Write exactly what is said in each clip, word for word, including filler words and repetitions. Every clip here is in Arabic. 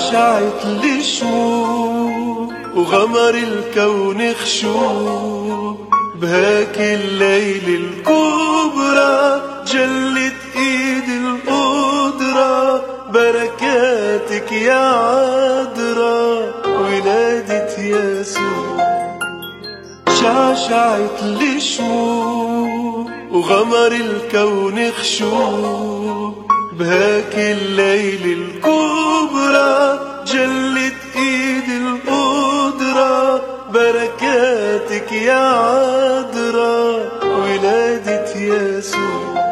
شعشعت الشموع وغمر الكون خشوع بهاك الليل الكبرى جلت ايد القدرة بركاتك يا عذرا ولادة يسوع. شعشعت الشموع وغمر الكون خشوع بهاك الليل الكبرى جلت ايد القدرة بركاتك يا عذرا ولادة يسوع.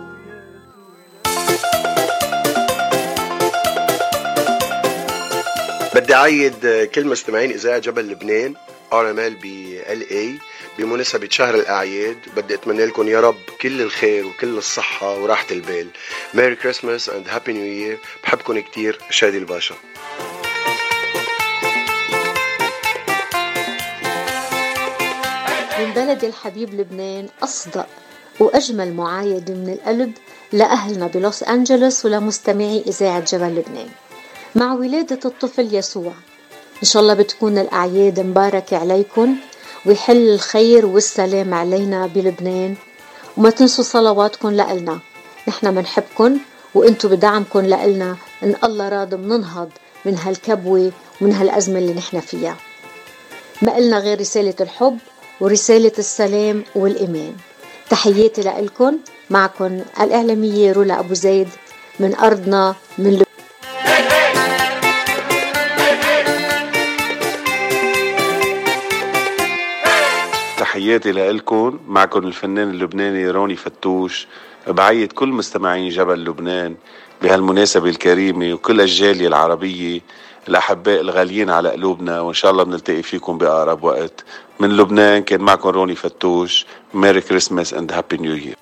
بدي أعيد كل مستمعين إذاعة جبل لبنان آر إم إل ب إل إيه بمناسبة شهر الأعياد. بدي أتمنى لكم يا رب كل الخير وكل الصحة وراحة البال. ميري كريسماس and هابي نيو يير. بحبكم كتير. شادي الباشا. من بلد الحبيب لبنان أصدق وأجمل معايدة من القلب لأهلنا بلوس أنجلوس ولمستمعي إذاعة جبل لبنان مع ولادة الطفل يسوع. إن شاء الله بتكون الأعياد مباركة عليكم ويحل الخير والسلام علينا بلبنان. وما تنسوا صلواتكم لألنا، نحن منحبكم وإنتوا بدعمكم لألنا. إن الله راض مننهض من هالكبوة ومن هالأزمة اللي نحن فيها. ما قلنا غير رسالة الحب ورسالة السلام والإيمان. تحياتي لألكم. معكم الإعلامية رولا أبو زيد من أرضنا من لبنان. تحياتي لكم. معكم الفنان اللبناني روني فتوش. بعيد كل مستمعين جبل لبنان بهالمناسبة الكريمة وكل الجالية العربية الأحباء الغاليين على قلوبنا، وإن شاء الله بنلتقي فيكم بأقرب وقت. من لبنان كان معكم روني فتوش. ميري كريسماس and هابي نيو يير.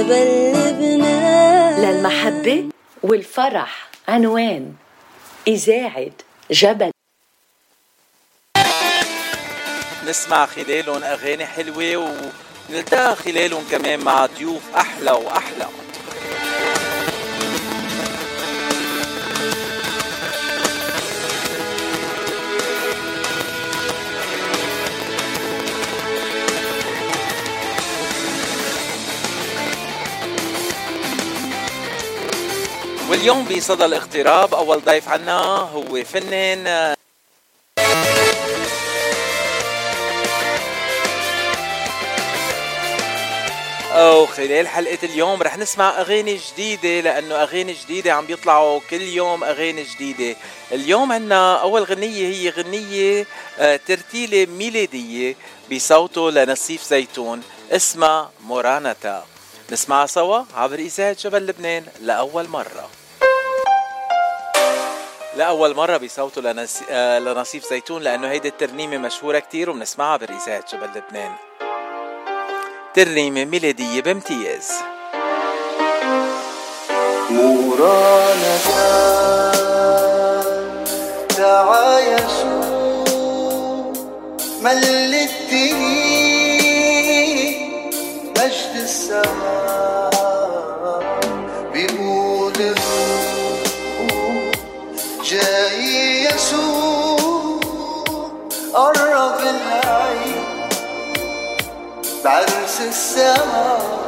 جبل لبنان. للمحبة والفرح عنوان إذاعة جبل. نسمع خلالهم أغاني حلوة ونلتقى خلالهم كمان مع ضيوف أحلى وأحلى. واليوم بصدى الاغتراب أول ضيف عنا هو فنان أو خلال حلقة اليوم رح نسمع أغاني جديدة، لأنه أغاني جديدة عم بيطلعوا كل يوم أغاني جديدة. اليوم عنا أول غنية هي غنية ترتيلة ميلادية بصوته لنصيف زيتون اسمها مورانتا. نسمعها سوا عبر إذاعة جبل لبنان لأول مرة لأول مرة بصوته لنس... آه لنصيف زيتون، لأنه هيدي الترنيمة مشهورة كتير وبنسمعها برئاسة جبل لبنان. ترنيمة ميلادية بامتياز. مورانتا دعا يسوع ملتني مجد السماء، بيقول جاي يسوع قرب العين بعرس السماء.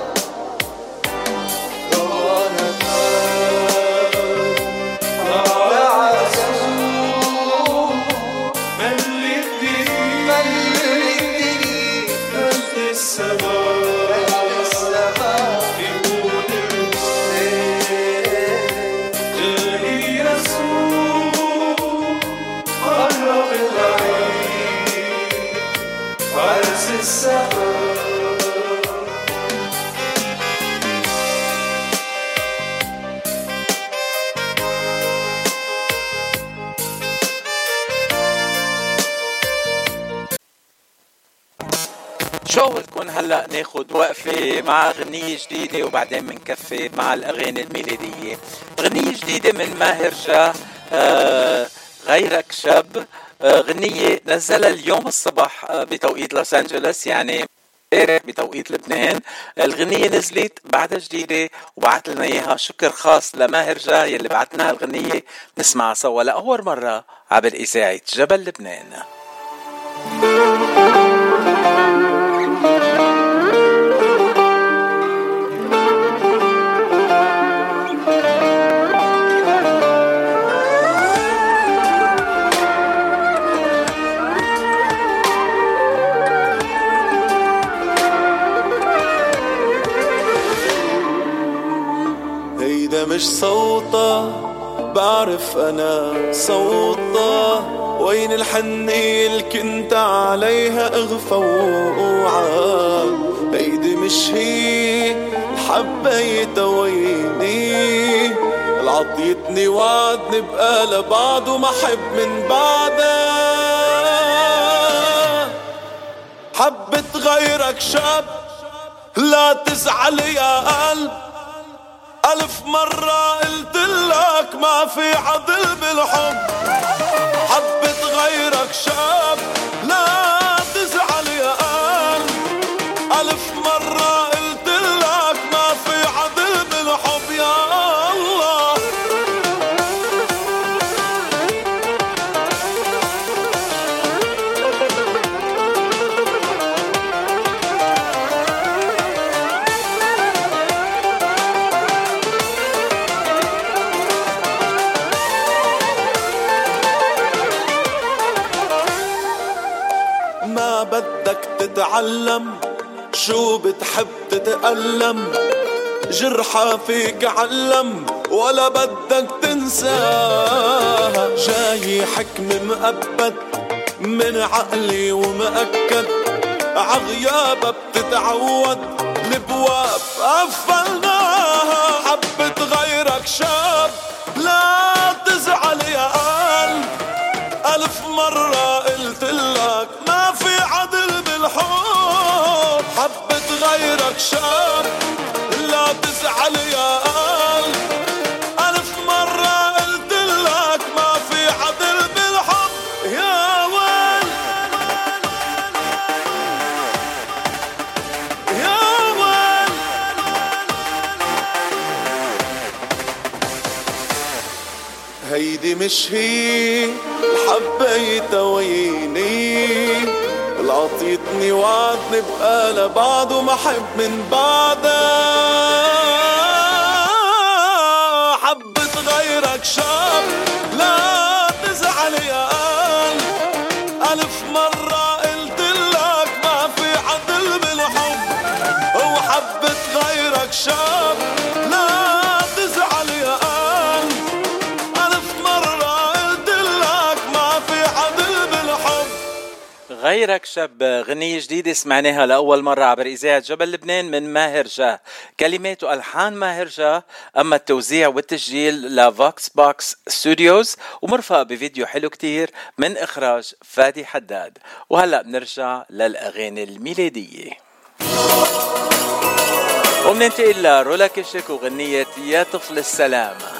شو بدكم هلأ ناخد وقفة مع غنية جديدة وبعدين منكفي مع الأغاني الميلادية. غنية جديدة من ماهر جاه آه غيرك شاب، آه غنية نزلها اليوم الصبح آه بتوقيت لوس أنجلوس، يعني بتوقيت لبنان. الغنية نزلت بعدها جديدة وبعت لنا إياها. شكر خاص لماهر جاه يلي بعتنا الغنية. نسمعها سوا لأول مرة عبر إذاعة جبل لبنان. مش صوته بعرف أنا صوته، وين الحنية اللي كنت عليها اغفى وقوعة. هيدي مش هي حبيتها ويني، العطيتني وعدني بقى لبعض وما حب من بعدها. حبت غيرك شاب لا تزعل يا قلب، ألف مرة قلت لك ما في عدل بالحب. حبت غيرك شاب لا تزعل يا قلب، ألف مرة قلت لك ما في عدل بالحب. يا الله بدك تتعلم شو بتحب تتألم، جرحة فيك علم ولا بدك تنساها. جاي حكم مؤبد من عقلي ومأكد، عغيابة بتتعود الابواب قفلناها. حبت غيرك شاب لا تزعل يا قلب، ألف مرة قلت لك ما في عدل بالحب. حبت غيرك شاب لا اللي مش هي حبيتها ويني العطيتني وعدني بقى لبعض وما حب من بعدها حبت غيرك شاب لا تزعل يا قلب ألف مرة قلت لك ما في عدل بالحب وحبت غيرك شاب لا تزعل يا قلب ألف مرة قلت لك ما في عدل بالحب. غيرك شاب غنية جديدة سمعناها لأول مرة عبر إذاعة جبل لبنان من ماهر جاه، كلمات وألحان ماهر جاه، أما التوزيع والتسجيل لفوكس بوكس ستوديوز ومرفق بفيديو حلو كتير من إخراج فادي حداد. وهلأ بنرجع للأغاني الميلادية ومننتقل لرولا كشك وغنية يا طفل السلامة.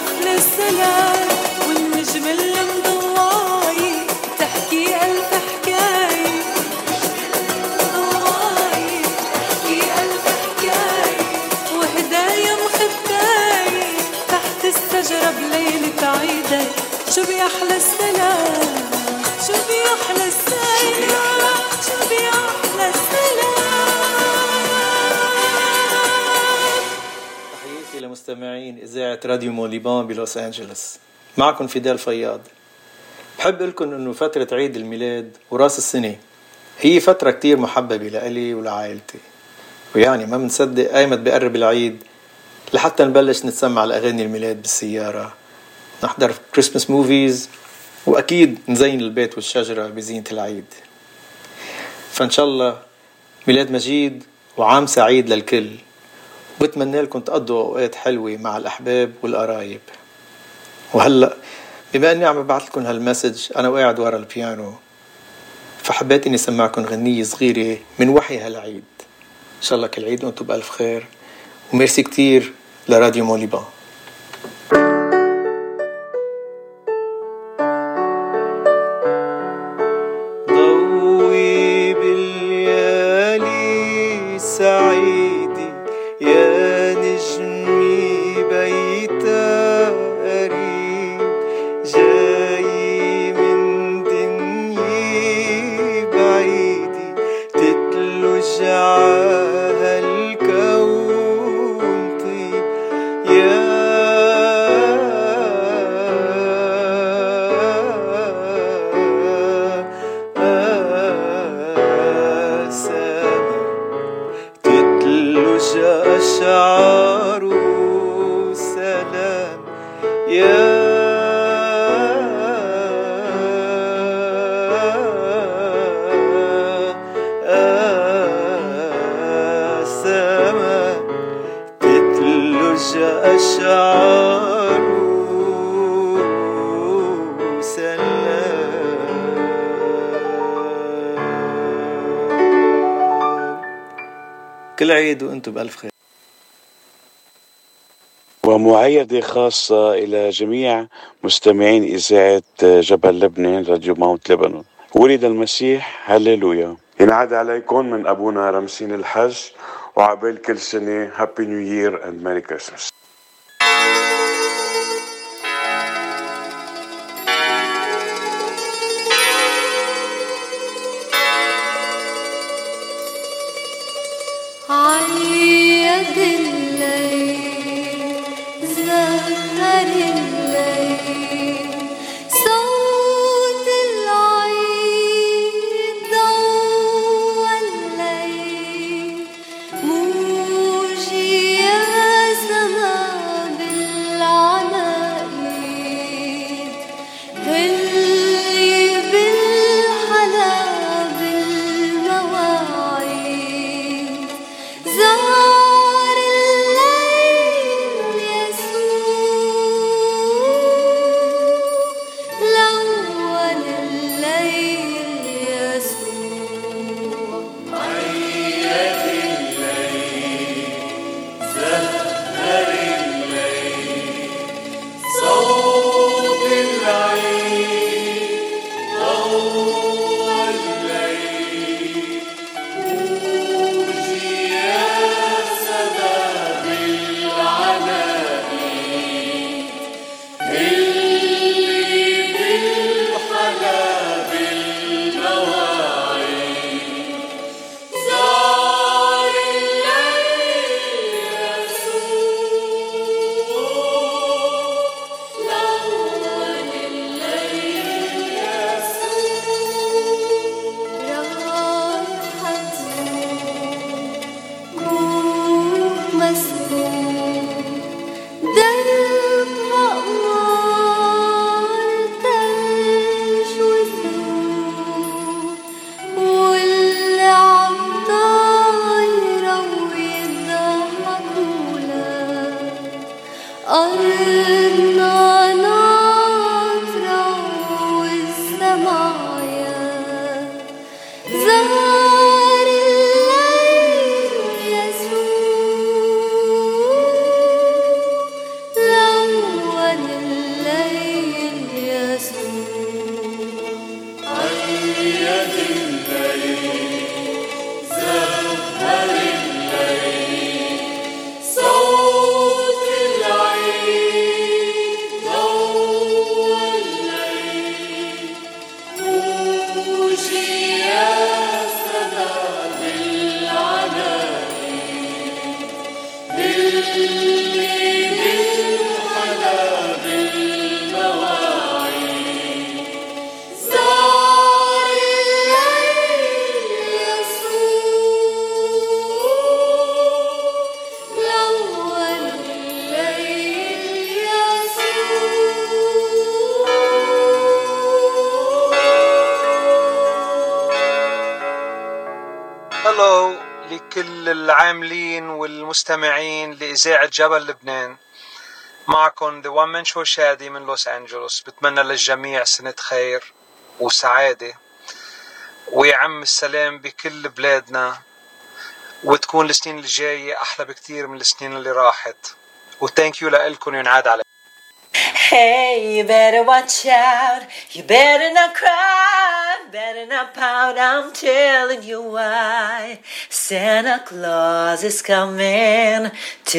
طفل السلام والنجم اللي مضواي تحكي ألف حكاية ضواي تحكي ألف حكاية وهدايا مخباية تحت الشجرة بليلة عيدك شو بيحلى السلام شو بيحلى السلام شو بيحلى السلام. تحياتي لمستمعين إذاعة راديو موليبان بلوس أنجلوس، معكم فيدال فياض. بحب لكم إنه فترة عيد الميلاد وراس السنة هي فترة كتير محببة لإلي ولعائلتي، ويعني ما بنصدق أيمت بقرب العيد لحتى نبلش نتسمع الأغاني الميلاد بالسيارة، نحضر كريسمس موفيز، وأكيد نزين البيت والشجرة بزينة العيد. فإن شاء الله ميلاد مجيد وعام سعيد للكل، وبتمنى لكم تقضوا أوقات حلوة مع الأحباب والقرايب. وهلأ بما أني عم ببعث لكم هالمسج أنا وقاعد ورا البيانو، فحبيت أني سمعكم غنية صغيرة من وحي هالعيد. إن شاء الله كل عيد وأنتم بألف خير، وميرسي كتير لراديو موليبان. ضوي بالليالي سعيدي يا نجمي بيتا قريب جاي من دنيا بعيدي تتلج عاها الكون طيب يا أشعار سلام يا سما تتلج أشعار سلام. كل عيد وأنتم بألف خير. ومعايدة خاصة إلى جميع مستمعين إذاعة جبل لبنان راديو ماونت لبنان. ولد المسيح، هللويا. ينعاد عليكم من أبونا رمسين الحج، وعقبال كل سنة هابي نيو يير اند ميري كريسمس. عيد الليل زهر الليل صوت العيد ضوى الليل موجي يا سما بالعناقيد هلي بالحلا بالمواعيد زار الليل يسوع لون الليل يسوع عيد الليل زهر الليل صوت العيد ضوى الليل موجي يا سما بالعناقيد هلي بالحلا بالمواعيد زار الليل يسوع لون الليل يسوع راحة روح مسكون دربها قمر تلج وزهور واللي عم طايرة ويضحكوا لك أرضنا ناطرة والسمايا زار الليل يسوع لون العاملين والمستمعين لإذاعة جبل لبنان. معكم ذا وان مان شو شادي من لوس أنجلوس. بتمنى للجميع سنة خير وسعادة ويعم السلام بكل بلادنا، وتكون السنين الجاية أحلى بكتير من السنين اللي راحت. وثانك يو لإلكم ينعاد عليكم. Hey, you better watch out. You better not cry. Better not pout. I'm telling you why. Santa Claus is coming to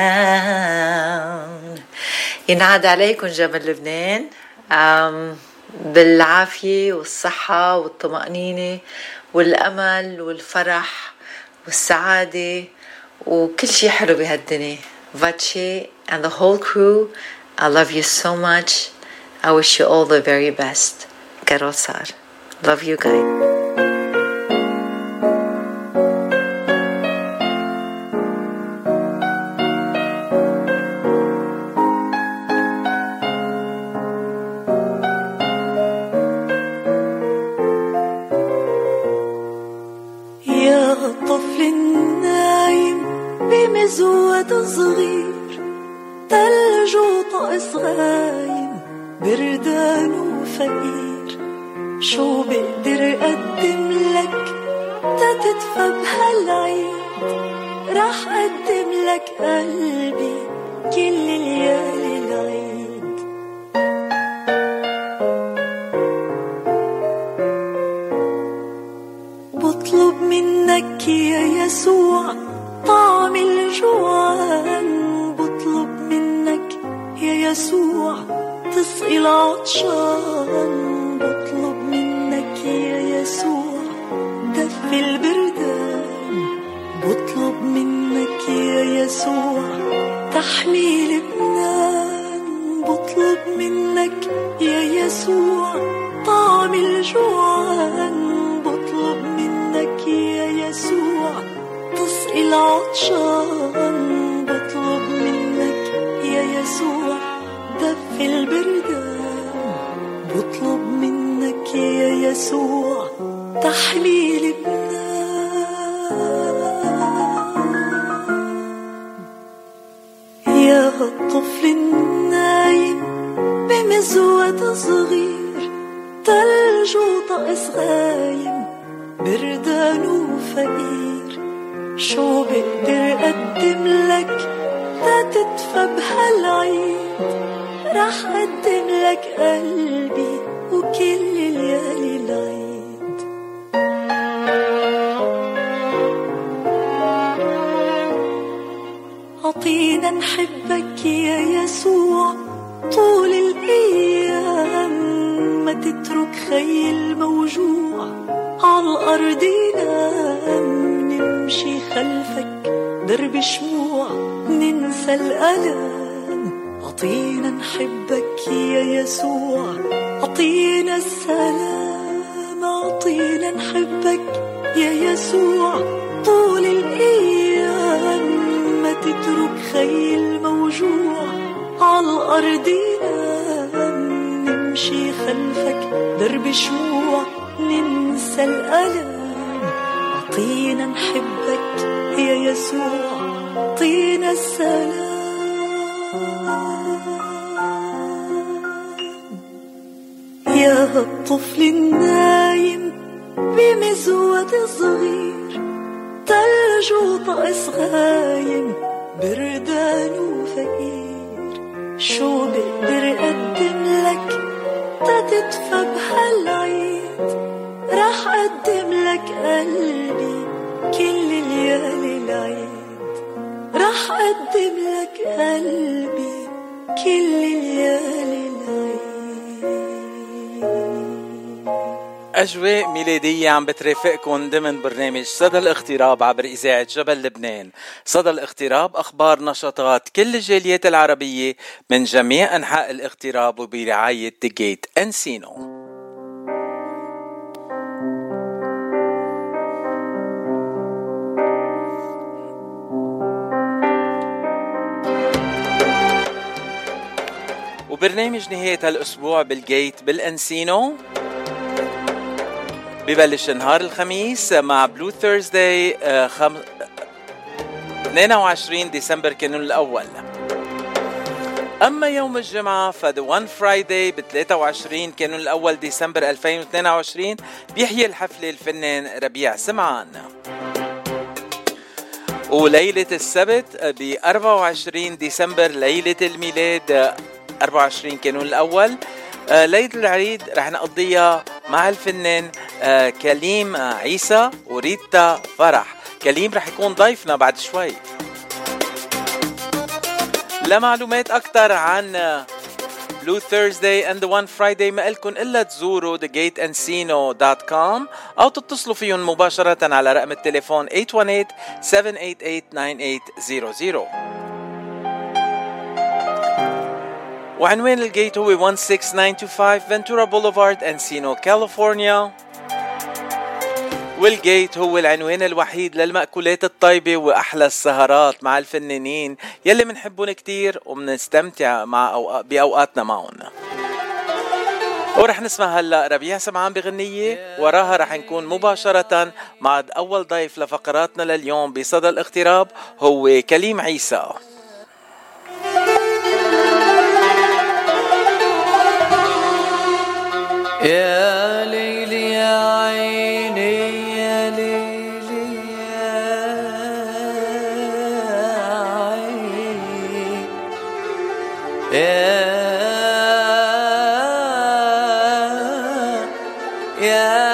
town. ينعاد عليكم جبل لبنان um, بالعافية والصحة والطمأنينة والأمل والفرح والسعادة وكل شيء حلو بهالدنيا. Vache and the whole crew, I love you so much. I wish you all the very best. Karosar. Love you guys. يا الطفل النايم بمزود صغير، تلج وطقس غايم، بردان وفقير، شو بقدر أقدم لك تتدفى بهالعيد؟ راح أقدم لك قلبي كل ليالي العيد. بطلب منك يا يسوع طعم الجوعان، بطلب منك يا يسوع تسقي العطشان، بطلب منك يا يسوع دفي البردان، بطلب منك يا يسوع تحمي لبنان، بطلب منك يا يسوع طعم الجوعان، بطلب منك يا يسوع تسقي العطشان، بطلب منك يا يسوع دفي البردان، بطلب منك يا يسوع تحمي لبنان. يا الطفل النايم بمزود صغير، تلج وطقس غايم، بردان وفقير، شو بقدر أقدم لك تتدفى بهالعيد؟ راح أقدم لك قلبي وكل ليالي العيد. عطينا نحبك يا يسوع طول الأيام، ما تترك خيل موجوع عالأرض ينام، نمشي خلفك درب شموع ننسى الألم. عطينا نحبك يا يسوع، عطينا السلام، عطينا نحبك يا يسوع طول الأيام، ما تترك خيل موجوع عالأرض ينام، نمشي خلفك درب شموع ننسى الألم. عطينا نحبك يا يسوع، عطينا السلام. يا الطفل النايم بمزود صغير، تلج وطقس غايم، بردان وفقير، شو بقدر أقدم لك تتدفى بهالعيد؟ راح أقدم لك قلبي كل ليالي العيد، راح أقدم لك قلبي كل ليالي العيد. أجواء ميلادية عم بترافقكم ضمن برنامج صدى الاغتراب عبر إذاعة جبل لبنان. صدى الاغتراب أخبار نشاطات كل الجاليات العربية من جميع أنحاء الاغتراب وبرعاية The Gate Encino. وبرنامج نهاية هالأسبوع بالجيت بالأنسينو ببلش نهار الخميس مع بلو ثيرزداي خم... اثنين وعشرين ديسمبر كانون الأول. أما يوم الجمعة فذا وان فرايداي ب ثلاثة وعشرين كانون الأول ديسمبر ألفين واثنين وعشرين بيحيي الحفلة الفنان ربيع سمعان. وليلة السبت ب أربعة وعشرين ديسمبر ليلة الميلاد أربعة وعشرين كانون الأول، ليلة العيد رح نقضيها مع الفنان كليم عيسى وريتا فرح. كليم رح يكون ضيفنا بعد شوي. لمعلومات أكتر عن Blue Thursday and the One Friday ما إلكن إلا تزوروا ذا جيت انسينو دوت كوم أو تتصلوا فيهم مباشرة على رقم التليفون ثمانية واحد ثمانية سبعة ثمانية ثمانية تسعة صفر صفر. وعنوان الجيت هو واحد ستة تسعة اثنين خمسة فنتورا بوليفارد انسينو كاليفورنيا. والجيت هو العنوان الوحيد للمأكولات الطيبة وأحلى السهرات مع الفنانين يلي منحبون كتير ومنستمتع مع أو... بأوقاتنا معهم. ورح نسمع هلأ ربيع سمعان بغنية، وراها رح نكون مباشرة مع أول ضيف لفقراتنا لليوم بصدى الاغتراب هو كليم عيسى. يا ليلي يا عيني يا ليلي يا عيني يا يا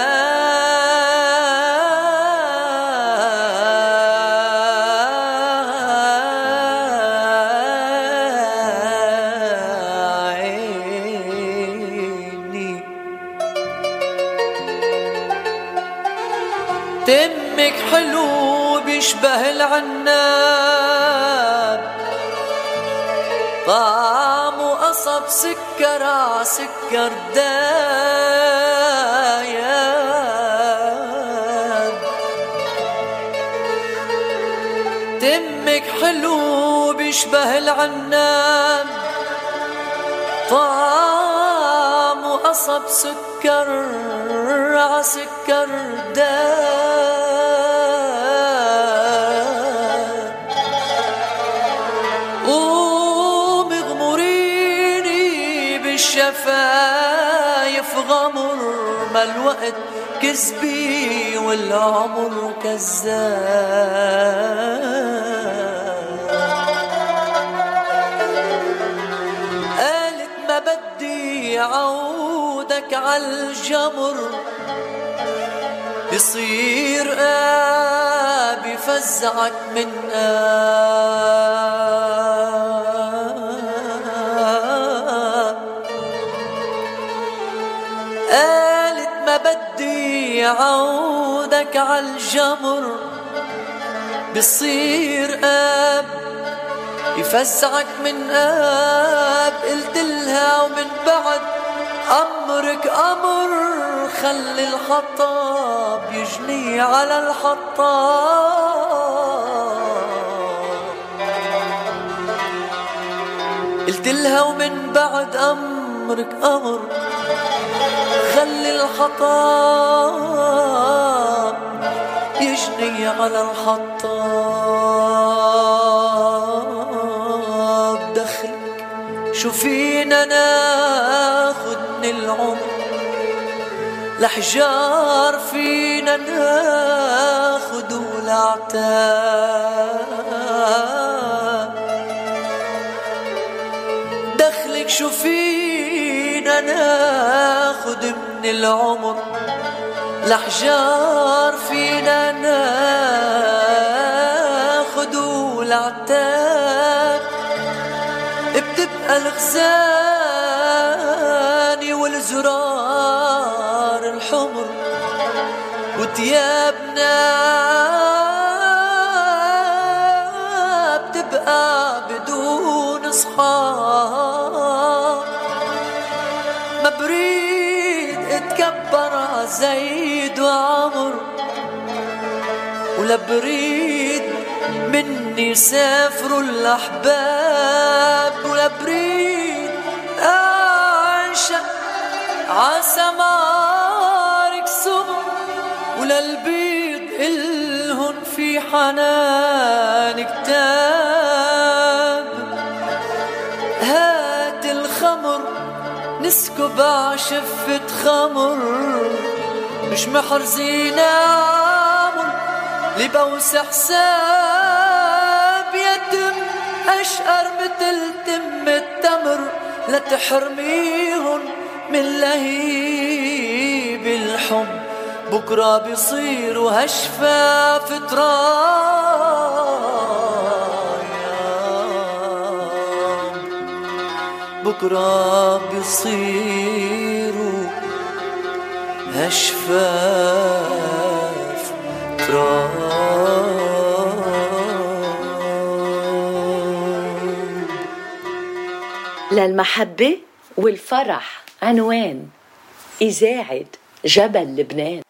تمك حلو بيشبه العناب، طعمه قصب سكر ع سكر دايب. تمك حلو بيشبه العناب، طعمه قصب سكر ع سكر دايب. شفايف غمر ما الوقت كذبي والعمر كذاب. قالت ما بدي عودك عالجمر، يصير قاب يفزعك من قاب. قالت ما بدي عودك عالجمر، بصير قاب يفزعك من قاب. قلت لها ومن بعد أمرك أمر، خلي الحطاب يجني على الحطاب. قلت لها ومن بعد أمرك أمر، خلي الحطاب يجني على الحطاب. دخلك شو فينا ناخد من العمر، لحجار فينا ناخد ولعتاب. دخلك شو فينا ناخد من العمر، لحجار فينا ناخد ولعتاب. بتبقى الغزاني والزرار الحمر، وتيابنا بتبقى بدون صحاب. ما بريد اتكبر زيد وعمر، ولا بريد مني سافروا الأحباب. ولا بريد أعشق عسمارك سمر، ولا البيض إلهن في حنان كتاب. هات الخمر نسكب عشفة خمر، مش محرزين عمر لبوس حساب. يتم أشقر متل تم التمر، لا تحرميهن من لهيب الحب. بكرة بيصيروا هشفاف ترايا، بكرة بيصيروا هشفاف ترايا. للمحبة والفرح عنوان إذاعة جبل لبنان.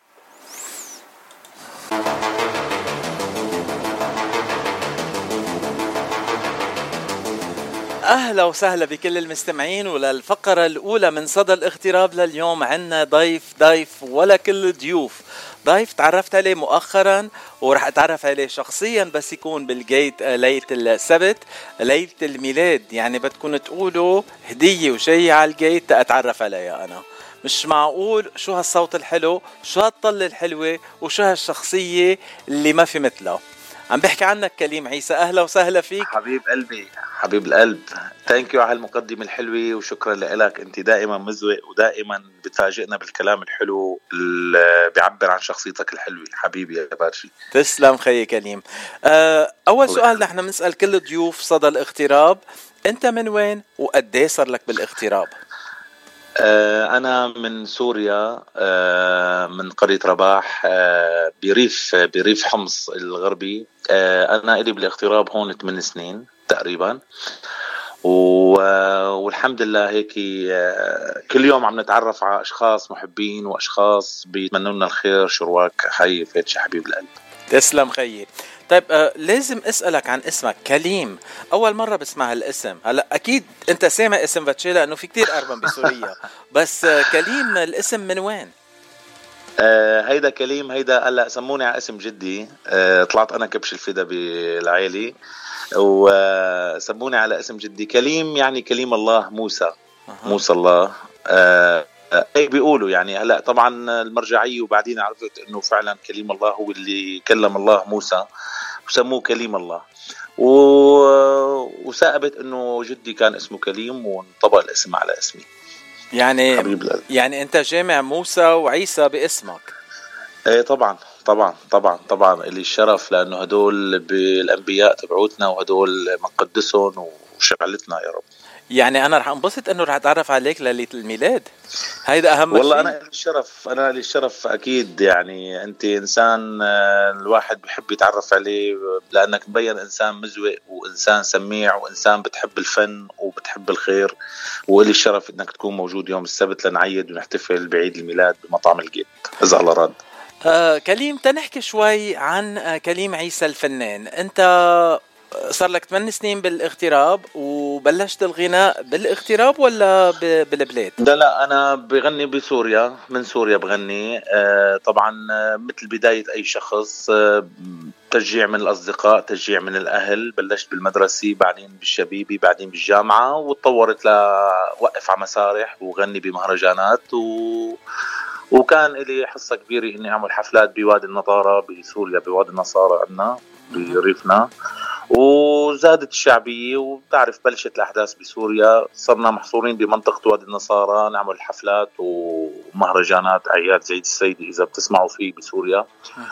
أهلا وسهلا بكل المستمعين. وللفقرة الأولى من صدى الاغتراب لليوم عنا ضيف ضيف ولا كل ضيوف. ضيف تعرفت عليه مؤخرا ورح أتعرف عليه شخصيا بس يكون بالجيت ليلة السبت ليلة الميلاد، يعني بدكم تقولوا هدية وشي على الجيت أتعرف عليها أنا. مش معقول شو هالصوت الحلو، شو هالطلة الحلوة، وشو هالشخصية اللي ما في مثلها. عم بحكي عنك كليم عيسى. أهلا وسهلا فيك حبيب قلبي حبيب القلب. ثانك يو على هالمقدمة الحلوة وشكرا لك. انت دائما مزوق ودائما بتفاجئنا بالكلام الحلو اللي بيعبر عن شخصيتك الحلوة. حبيبي يا بارشي. تسلم خيي كليم. أه أول سؤال نحن بنسأل كل ضيوف صدى الاغتراب، انت من وين وقديه صار لك بالاغتراب؟ أه أنا من سوريا، أه من قرية رباح، أه بريف بريف حمص الغربي. أه أنا إلي بالاغتراب هون ثمان سنين تقريبا، والحمد لله هيك كل يوم عم نتعرف على أشخاص محبين وأشخاص بيتمنوا لنا الخير. شرواك حي فاتش حبيب القلب. تسلم خيي. طيب آه لازم اسألك عن اسمك كليم. أول مرة بسمع هالاسم. هلا أكيد أنت سامع اسم فاتشي لأنه في كتير أربن بسوريا بس آه كليم الاسم من وين؟ آه هيدا كليم، هيدا هلا سموني على اسم جدي. آه طلعت أنا كبش الفدا بالعائلة وسموني على اسم جدي كليم، يعني كليم الله موسى. أه. موسى الله. آه هيك بيقولوا يعني. هلا طبعا المرجعيه وبعدين عرفت انه فعلا كليم الله هو اللي كلم الله موسى وسموه كليم الله. و... وثابت انه جدي كان اسمه كليم وانطبق الاسم على اسمي. يعني يعني انت جامع موسى وعيسى باسمك. ايه طبعا طبعا طبعا طبعا اللي الشرف، لانه هدول بالانبياء تبعوتنا وهدول مقدسهم وشغلتنا يا رب. يعني انا رح انبسط انه رح اتعرف عليك ليله الميلاد. هيدا اهم والله شيء. انا لي الشرف انا لي الشرف اكيد. يعني انت انسان الواحد بحب يتعرف عليه لانك مبين انسان مزوق وانسان سميع وانسان بتحب الفن وبتحب الخير. ولي الشرف انك تكون موجود يوم السبت لنعيد ونحتفل بعيد الميلاد بمطعم الجيت اذا الله راد. آه كليم تنحكي شوي عن آه كليم عيسى الفنان. انت صار لك ثمان سنين بالاغتراب وبلشت الغناء بالاغتراب ولا بالبلاد؟ لا لا انا بغني بسوريا، من سوريا بغني. آه طبعا آه مثل بداية اي شخص، آه تشجيع من الاصدقاء، تشجيع من الاهل. بلشت بالمدرسة بعدين بالشبيبي بعدين بالجامعة وتطورت لوقف على مسارح وغني بمهرجانات. و وكان لي حصة كبيرة إني أعمل حفلات بوادي النطارة بسوريا، بوادي النصارى عندنا بريفنا، وزادت الشعبية. وبتعرف بلشت الأحداث بسوريا، صرنا محصورين بمنطقة وادي النصارى نعمل حفلات ومهرجانات أعياد زيد السيدي إذا بتسمعوا فيه بسوريا.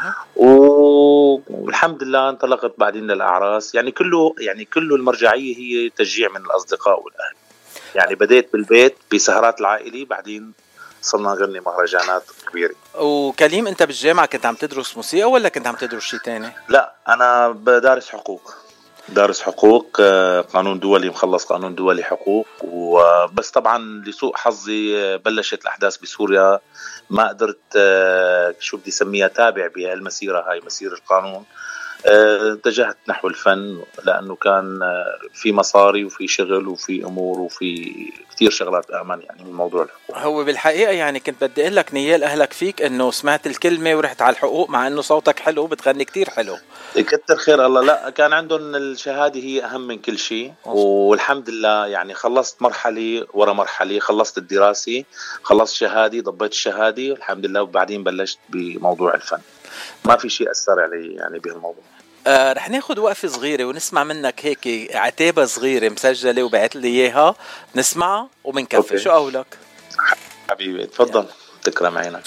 والحمد لله انطلقت بعدين للأعراس. يعني كله يعني كله المرجعية هي تشجيع من الأصدقاء والأهل. يعني بديت بالبيت بسهرات العائلة، بعدين صرنا نغني مهرجانات كبيرة. وكليم انت بالجامعة كنت عم تدرس موسيقى ولا كنت عم تدرس شيء تاني؟ لا انا بدارس حقوق، دارس حقوق، قانون دولي، مخلص قانون دولي حقوق. وبس طبعا لسوء حظي بلشت الاحداث بسوريا، ما قدرت شو بدي اسميها تابع بهالمسيرة هاي مسيرة القانون، اتجهت نحو الفن لأنه كان في مصاري وفي شغل وفي أمور وفي كتير شغلات أمن يعني من موضوع الحقوق. هو بالحقيقة يعني كنت بدي أقول لك نيال أهلك فيك إنه سمعت الكلمة ورحت على الحقوق مع إنه صوتك حلو بتغني كتير حلو. كتر خير الله. لا كان عندهم الشهادة هي أهم من كل شيء والحمد لله يعني خلصت مرحلة ورا مرحلة، خلصت الدراسة خلصت شهادي ضبيت الشهادة والحمد لله وبعدين بلشت بموضوع الفن. ما في شيء أثر علي يعني بهالموضوع. آه رح ناخد وقفة صغيرة ونسمع منك هيك عتابة صغيرة مسجلة وبعت لي إياها نسمعها ومنكفي. شو قولك؟ حبيبي تفضل. تكرم عينك.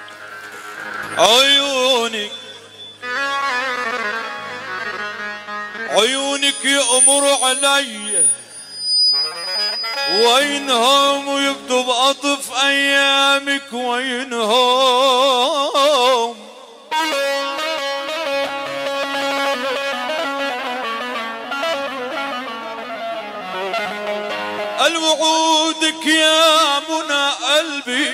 عيونك عيونك يأمر علي وينهم ويبدو بأطف أيامك وينهم الوعودك يا منى قلبي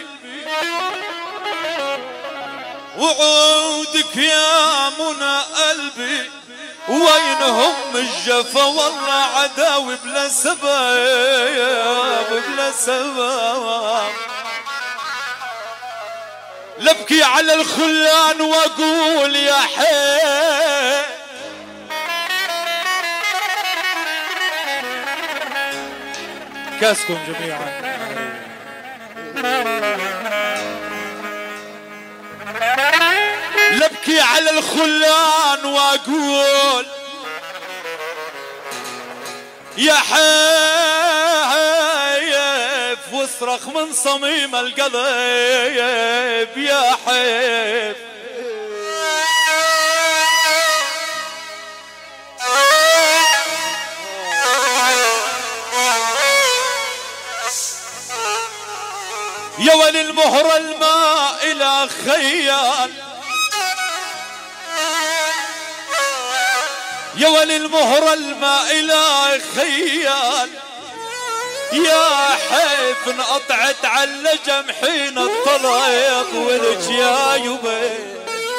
وعودك يا منى قلبي وينهم الجفا والله عداوي بلا سبب بلا سبب لبكي على الخلان واقول يا حي كاسكم جميعا لبكي على الخلان واقول يا حيف واصرخ من صميم القلب يا حيف يا ولي المهر الماء إلى خيال يا ولي المهر الماء إلى خيال يا حيف انقطعت على اللجم حين الطليق والجيايب.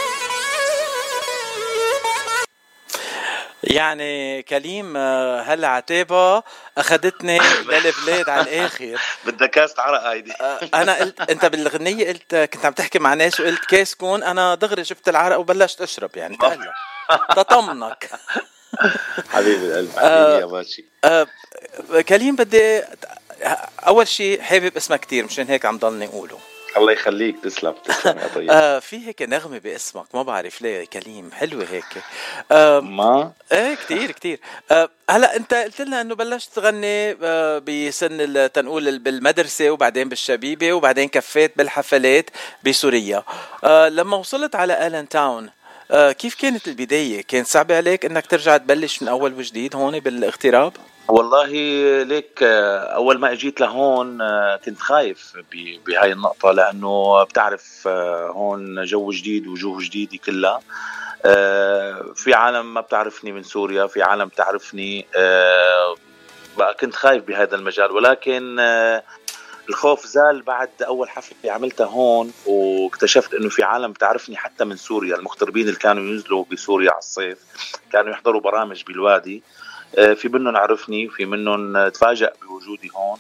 يعني كليم هالعتابة أخذتني للبلاد على الآخر. بدك كاس عرق هيدي. أنا قلت أنت بالغنية قلت كنت عم تحكي مع ناس وقلت كاس كون أنا دغري جبت العرق وبلشت أشرب يعني تقلق تطمنك. حبيبي القلب حبيبي يا باشي. أه كليم بدي أول شيء حابب اسمك كتير مشان هيك عم ضلني أقوله. الله يخليك. تسلم تسلم يا طيب. آه في هيك نغمة باسمك ما بعرف ليه كليم حلوة هيك. آه ما ايه كتير كتير. آه هلا انت قلت لنا انه بلشت تغني آه بسن تنقول بالمدرسة وبعدين بالشبيبة وبعدين كفيت بالحفلات بسوريا. آه لما وصلت على آلان تاون آه كيف كانت البداية؟ كانت صعبة عليك انك ترجع تبلش من اول وجديد هون بالاغتراب؟ والله ليك أول ما أجيت لهون كنت خايف بهاي النقطة لأنه بتعرف هون جو جديد وجوه جديدة كلها. في عالم ما بتعرفني من سوريا في عالم بتعرفني بقى كنت خايف بهذا المجال ولكن الخوف زال بعد أول حفلة عملتها هون واكتشفت أنه في عالم بتعرفني حتى من سوريا. المغتربين اللي كانوا ينزلوا بسوريا على الصيف كانوا يحضروا برامج بالوادي في منهم عرفني في منهم تفاجأ بوجودي هون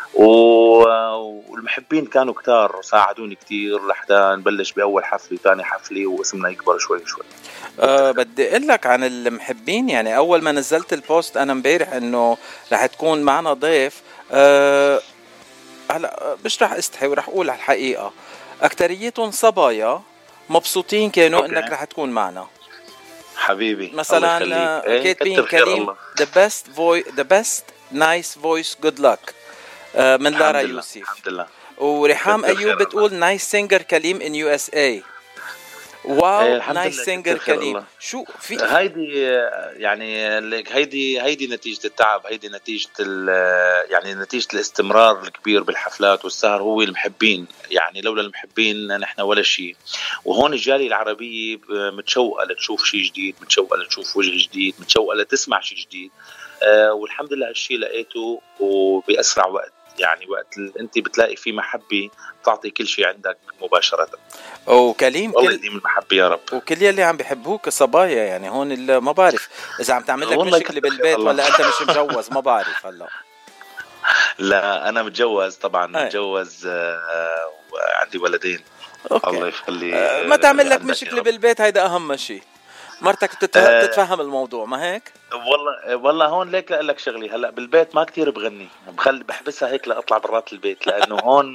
والمحبين كانوا كتار ساعدوني كتير لحتى نبلش بأول حفلة ثاني حفلة واسمنا يكبر شوي شوي. أه بدي أقول لك عن المحبين يعني أول ما نزلت البوست أنا مبارح إنه رح تكون معنا ضيف. أه هلا مش رح استحي ورح أقول على الحقيقة أكتريتهم صبايا مبسوطين كانوا أوكي. إنك رح تكون معنا حبيبي. مثلا كاتبين كريم the best voice the best nice voice good luck آه من لارا يوسف. الحمد لله. وريحام أيوب بتقول nice singer كليم in يو إس إيه. واو نايس سينجر كليم. شو في هيدي يعني هيدي هيدي نتيجة التعب هيدي نتيجة يعني نتيجة الاستمرار الكبير بالحفلات والسهر هو المحبين يعني لولا المحبين نحن ولا شيء. وهون الجالية العربية متشوقة لتشوف شيء جديد متشوقة لتشوف وجه جديد متشوقة لتسمع شيء جديد. أه والحمد لله هالشيء لقيته وبأسرع وقت يعني وقت انت بتلاقي في محبه تعطي كل شيء عندك مباشره. وكليم الله يديم المحبه يا رب. وكل يلي عم بيحبوك صبايا يعني هون ما بعرف اذا عم تعمل لك مشكله بالبيت ولا انت مش مجوز، ما بعرف هلا. لا انا متجوز طبعا، متجوز آه وعندي ولدين. أوكي. الله يخلي آه ما تعمل لك مشكله بالبيت، هيدا اهم شيء. مرتك تتفهم آه الموضوع ما هيك؟ والله والله هون ليك لك شغلي هلا بالبيت ما كتير بغني، بخلي بحبسها هيك لاطلع برات البيت لانه هون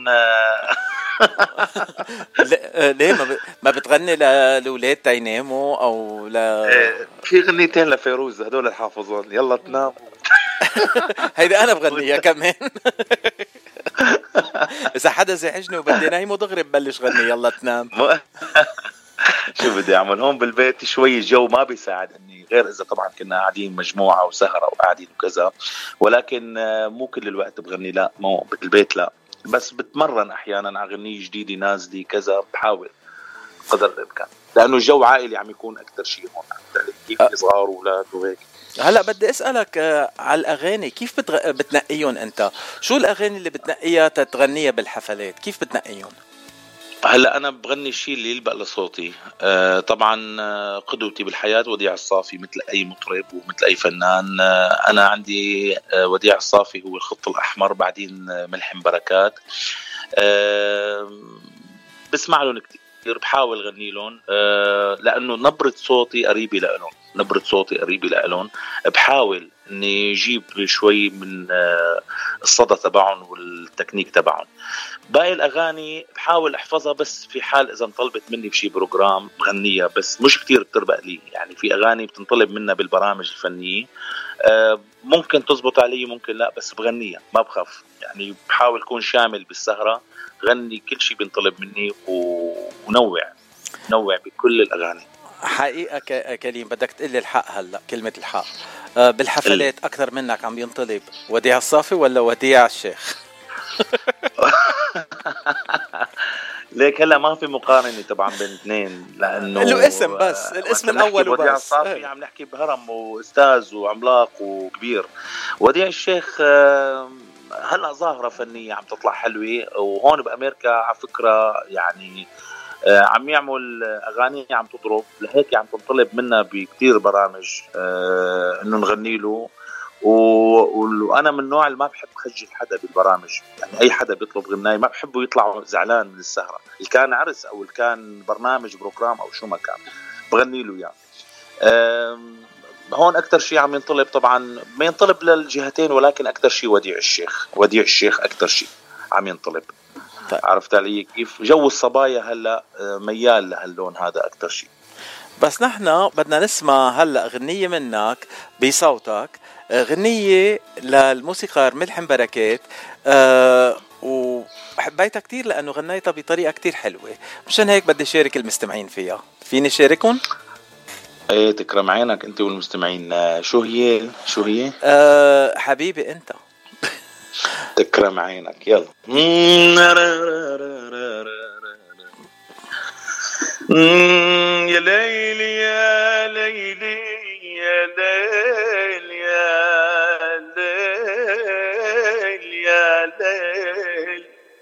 ليه ما ب... ما بتغني للاولاد تيناموا او لا؟ في غنيتين لفيروز هدول الحافظون يلا تنام. هيدا انا بغنيها كمان. اذا حدا زعجني وبدي نايم دغري ببلش غني يلا تنام. شو بدي اعمل هون بالبيت شوي الجو ما بيساعد اني، غير اذا طبعا كنا قاعدين مجموعه وسهره وقاعدين وكذا، ولكن مو كل الوقت بغني، لا مو بالبيت لا، بس بتمرن احيانا على اغنيه جديده نازله كذا، بحاول قدر الامكان لانه الجو عائلي عم يكون اكثر شيء هون، كيف صغار واولاد وهيك. هلا بدي اسالك آه على الاغاني، كيف بتغ... بتنقيهم انت؟ شو الاغاني اللي بتنقيها تتغنيها بالحفلات؟ كيف بتنقيهم؟ هلا انا بغني الشيء اللي يلبق لصوتي. آه طبعا آه قدوتي بالحياه وديع الصافي مثل اي مطرب ومثل اي فنان. آه انا عندي آه وديع الصافي هو الخط الاحمر، بعدين آه ملحم بركات. آه بسمع لهم كثير، بحاول غني لهم آه لانه نبره صوتي قريبه لهم، نبره صوتي قريبه لهم. بحاول اني اجيب شوي من آه الصدى تبعهم والتكنيك تبعهم. باقي الاغاني بحاول احفظها بس في حال اذا انطلبت مني بشي بروجرام بغنيها، بس مش كتير بتربق لي. يعني في اغاني بتنطلب منها بالبرامج الفنيه آه ممكن تزبط علي ممكن لا، بس بغنيها ما بخاف. يعني بحاول اكون شامل بالسهره، غني كل شيء بينطلب مني ونوع نوع بكل الاغاني. حقيقه كريم بدك تقلي الحق هلا، كلمه الحق. آه بالحفلات اكثر منك عم ينطلب وديع الصافي ولا وديع الشيخ؟ ليك هلا ما في مقارنه طبعا بين اثنين، لانه له اسم بس الاسم الاول وبس. وديع الصافي عم نحكي بهرم واستاذ وعملاق وكبير. وديع الشيخ هلا ظاهره فنيه عم تطلع حلوه، وهون بامريكا على فكره يعني عم يعمل اغاني عم تضرب، لهيك عم تنطلب منا بكتير برامج انه نغني له. وانا من النوع اللي ما بحب خجل حدا بالبرامج، يعني اي حدا بيطلب غناي ما بحبه يطلع زعلان من السهره، اللي كان عرس او اللي كان برنامج بروجرام او شو ما كان بغني له اياه. يعني هون اكثر شيء عم ينطلب، طبعا ما ينطلب للجهتين، ولكن اكثر شيء وديع الشيخ. وديع الشيخ اكثر شيء عم ينطلب. طيب. عرفت علي كيف؟ جو الصبايا هلا ميال لهاللون هذا اكثر شيء. بس نحن بدنا نسمع هلا غنية منك بصوتك، غنية للموسيقار ملحم بركات. أه وحبيتها كتير لأنه غنيتها بطريقة كتير حلوة، مشان هيك بدي شارك المستمعين فيها. فيني شاركهم؟ ايه تكرم عينك انت والمستمعين. شو هي شو هي أه حبيبي انت. تكرم عينك يلا. يا ليلي يا ليلي يا ليل يا ليل يا ليل،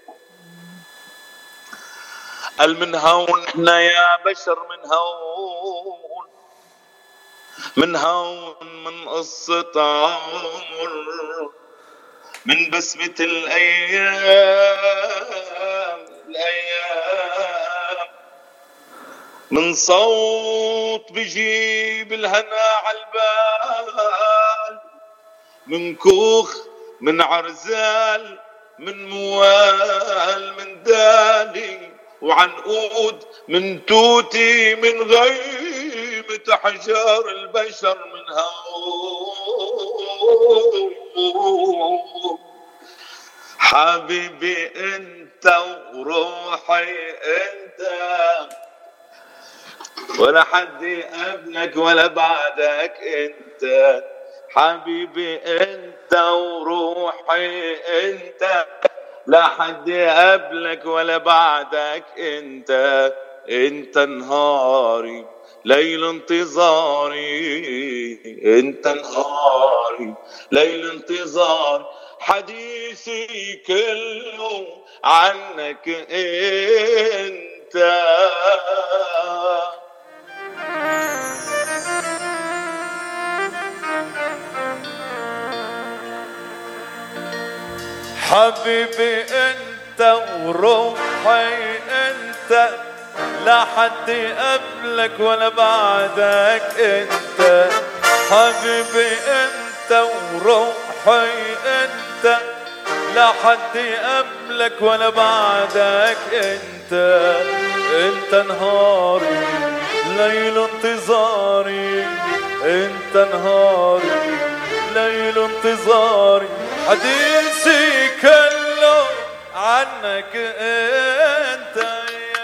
قال من هون احنا يا بشر من هون، من هون من قصة عمر، من بسمة الأيام الأيام، من صوت بجيب الهنا عالبال، من كوخ من عرزال من موال من دالي وعنقود من توتي، من غيمة أحجار البشر من هون. حبيبي انت وروحي انت، ولا حد قبلك ولا بعدك انت. حبيبي انت وروحي انت، لا حد قبلك ولا بعدك انت. انت نهاري ليل انتظاري، انت نهاري ليل انتظار. حديثي كله عنك انت. حبيبي انت وروحي انت، لا حد قبلك ولا بعدك انت. حبيبي انت وروحي انت، لا حد قبلك ولا بعدك انت. انت نهاري ليل انتظاري، انت نهاري ليل انتظاري، حديثي كله عنك انت.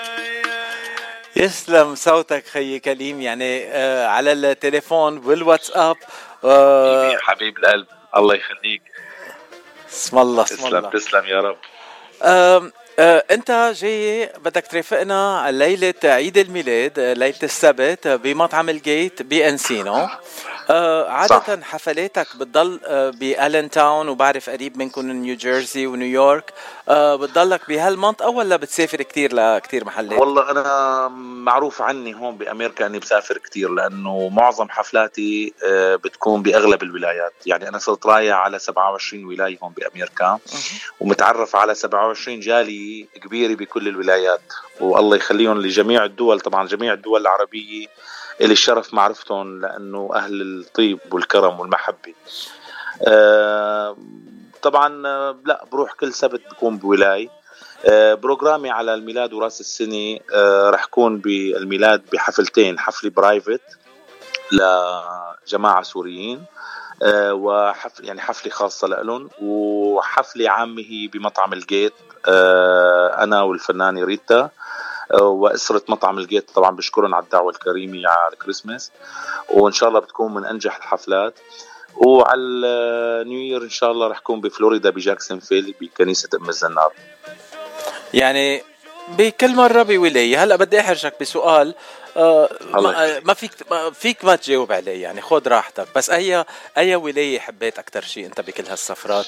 يسلم صوتك خي كليم، يعني آه على التليفون والواتساب. آه حبيب القلب الله يخليك. اسم الله اسم الله. تسلم تسلم يا رب. آه آه انت جاي بدك ترافقنا ليلة عيد الميلاد، ليلة السبت بمطعم الجيت بانسينو. آه عادة صح. حفلاتك بتضل آه بألين تاون، وبعرف قريب منكم نيو جيرسي ونيويورك. آه بتضلك بهالمنطقة ولا بتسافر كتير لكتير محلات؟ والله أنا معروف عني هون بأمريكا أني بسافر كتير، لأنه معظم حفلاتي آه بتكون بأغلب الولايات. يعني أنا صرت رايح على سبعة وعشرين ولاية هون بأمريكا، ومتعرف على سبعة وعشرين جالية كبيرة بكل الولايات، والله يخليهم لجميع الدول. طبعا جميع الدول العربية إلي الشرف معرفتهم، لأنه أهل الطيب والكرم والمحبة. أه طبعا لا بروح كل سبت بكون بولاي. أه بروجرامي على الميلاد وراس السنة أه رح كون بالميلاد بحفلتين، حفلة برايفت لجماعة سوريين أه وحفل يعني حفلة خاصة لهم، وحفلة عامة هي بمطعم الجيت أه أنا والفنانة ريتا وأسرة مطعم الجيت. طبعا بشكرهم على الدعوة الكريمة على الكريسماس، وإن شاء الله بتكون من أنجح الحفلات. وعلى النيوير إن شاء الله رح كون بفلوريدا بجاكسونفيل بكنيسة أم الزنار. يعني بكل مرة بولاية. هلأ بدي أحرجك بسؤال آه ما, ما فيك ما فيك ما تجاوب عليه، يعني خد راحتك، بس أي أي ولاية حبيت أكتر شيء أنت بكل هالسفرات؟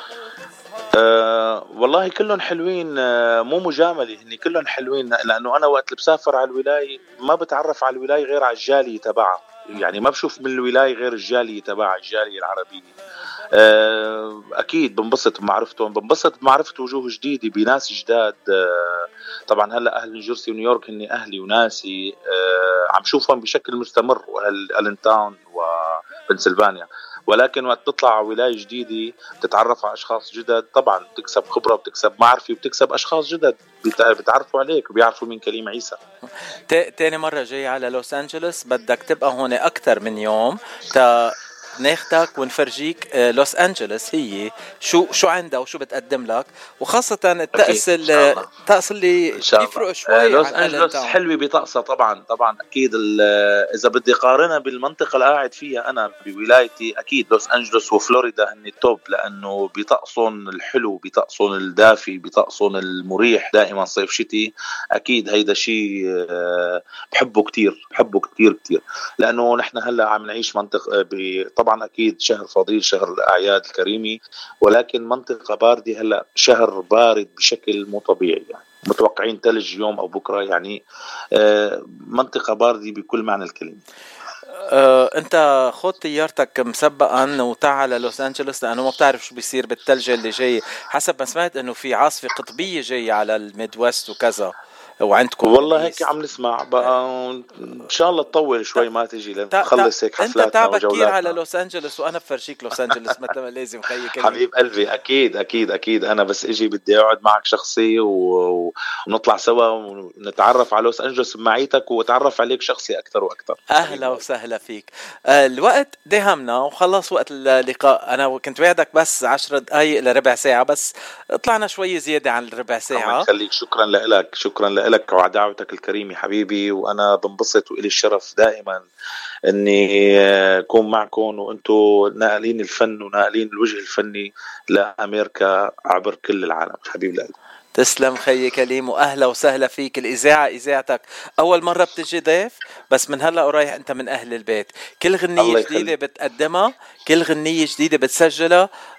أه والله كلهم حلوين، أه مو مجاملة، هني كلهم حلوين، لأنه أنا وقت اللي بسافر على الولاية ما بتعرف على الولاية غير على الجالية تبعها. يعني ما بشوف من الولاية غير الجالية تبعها، الجالية العربية. أه أكيد بنبسط بمعرفتهم، بنبسط بمعرفة وجوه جديدة بناس جداد. أه طبعا هلأ أهل نيوجيرسي ونيويورك هني أهلي وناسي، أه عم شوفهم بشكل مستمر، وأهل ألين تاون وبنسلفانيا. ولكن وقت تطلع ولاية جديدة تتعرف على أشخاص جدد، طبعا بتكسب خبرة، بتكسب معرفة، وبتكسب أشخاص جدد بتعرفوا عليك وبيعرفوا مين كليم عيسى. تاني مرة جاي على لوس أنجلوس بدك تبقى هون أكتر من يوم تا ناخدك ونفرجيك لوس أنجلوس هي شو شو عندها وشو بتقدم لك، وخاصة الطقس الطقس اللي يفرق شوي. لوس أنجلوس حلوة بطقسها طبعا طبعا أكيد. إذا بدي قارنها بالمنطقة اللي قاعد فيها أنا بولايتي، أكيد لوس أنجلوس وفلوريدا هن التوب، لأنه بطقسهم الحلو، بطقسهم الدافي، بطقسهم المريح دائما صيف شتي. أكيد هيدا شيء بحبه كتير بحبه كتير كتير، لأنه نحن هلأ عم نعيش منطقة طبعا طبعا أكيد شهر فضيل، شهر الأعياد الكريمة، ولكن منطقة باردة. هلأ شهر بارد بشكل مو طبيعي، يعني متوقعين تلج يوم أو بكرة، يعني آه منطقة باردة بكل معنى الكلمة. أه، انت خد طيارتك مسبقا وتعال لوس أنجلوس، لأنه ما بتعرف شو بيصير بالثلج اللي جاي. حسب ما سمعت انه في عاصفة قطبية جاية على الميد ويست وكذا وعندكم. والله هيك عم نسمع بقى، ان شاء الله تطول شوي ما تجي لنخلص هيك حفلاتنا انت تعبك كثير على لوس أنجلوس، وانا بفرجيك لوس أنجلوس مثل ما لازم. خيي كلمة حبيب قلبي، اكيد اكيد اكيد انا بس اجي بدي اقعد معك شخصي و... ونطلع سوا ونتعرف على لوس أنجلوس بمعيتك، واتعرف عليك شخصي اكثر واكثر. اهلا وسهلا فيك. آه الوقت دهمنا وخلص وقت اللقاء. انا كنت وعدك بس عشر دقائق لربع ساعة، بس طلعنا شوي زيادة عن الربع ساعة. الله يخليك، شكرا لك شكرا لك وعلى دعوتك الكريمة حبيبي، وأنا بنبسط وإلي الشرف دائما أني أكون معكم، وأنتوا ناقلين الفن وناقلين الوجه الفني لأمريكا عبر كل العالم. حبيب القلب، تسلم خيي كليم، وأهلا وسهلا فيك. الإذاعة إذاعتك أول مرة بتجي ضيف، بس من هلأ ورايح أنت من أهل البيت. كل غنية جديدة بتقدمها، كل غنية جديدة بتسجلها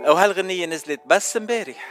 وهالغنية نزلت بس امبارح.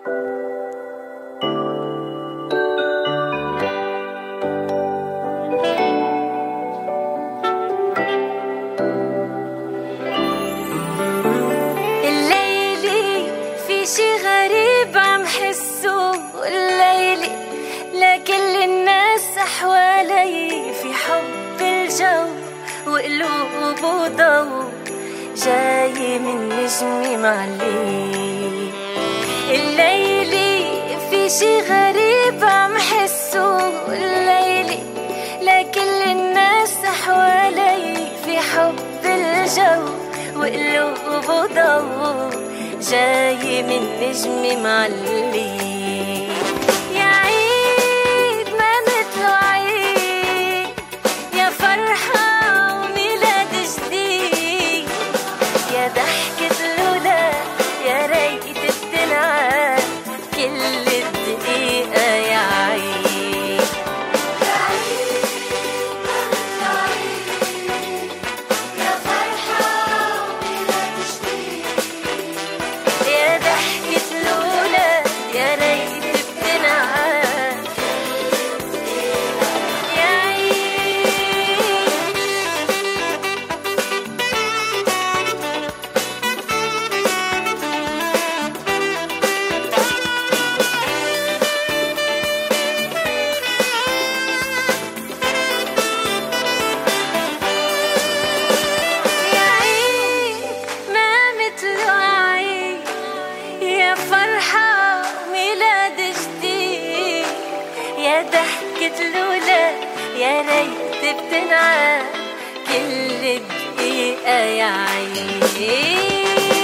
الليلي في شي غريب عم حسه، الليلي لكل الناس حوالي في حب الجو وقلوب وضو جاي من نجمي معلي. الليلي في شي غريب عم حسه، الليلي لكل الناس حوالي في حب الجو وقلوب وضو جاي من نجمي معلي. يا عيد ما مثله عيد، يا فرحة وميلاد جديد، يا ضحكة الولاد يا ريت بتنعاد كل الدقيقة. يا عيد يا عيد ما مثله عيد، يا فرحة وميلاد جديد، يا ضحكة الولاد يا ريت بتنعاد يا عيد. يا عيد ما مثله عيد، يا فرحة ميلاد جديد، يا ضحكة الولاد يا ريت بتنعاد كل دقيقة. يا عيد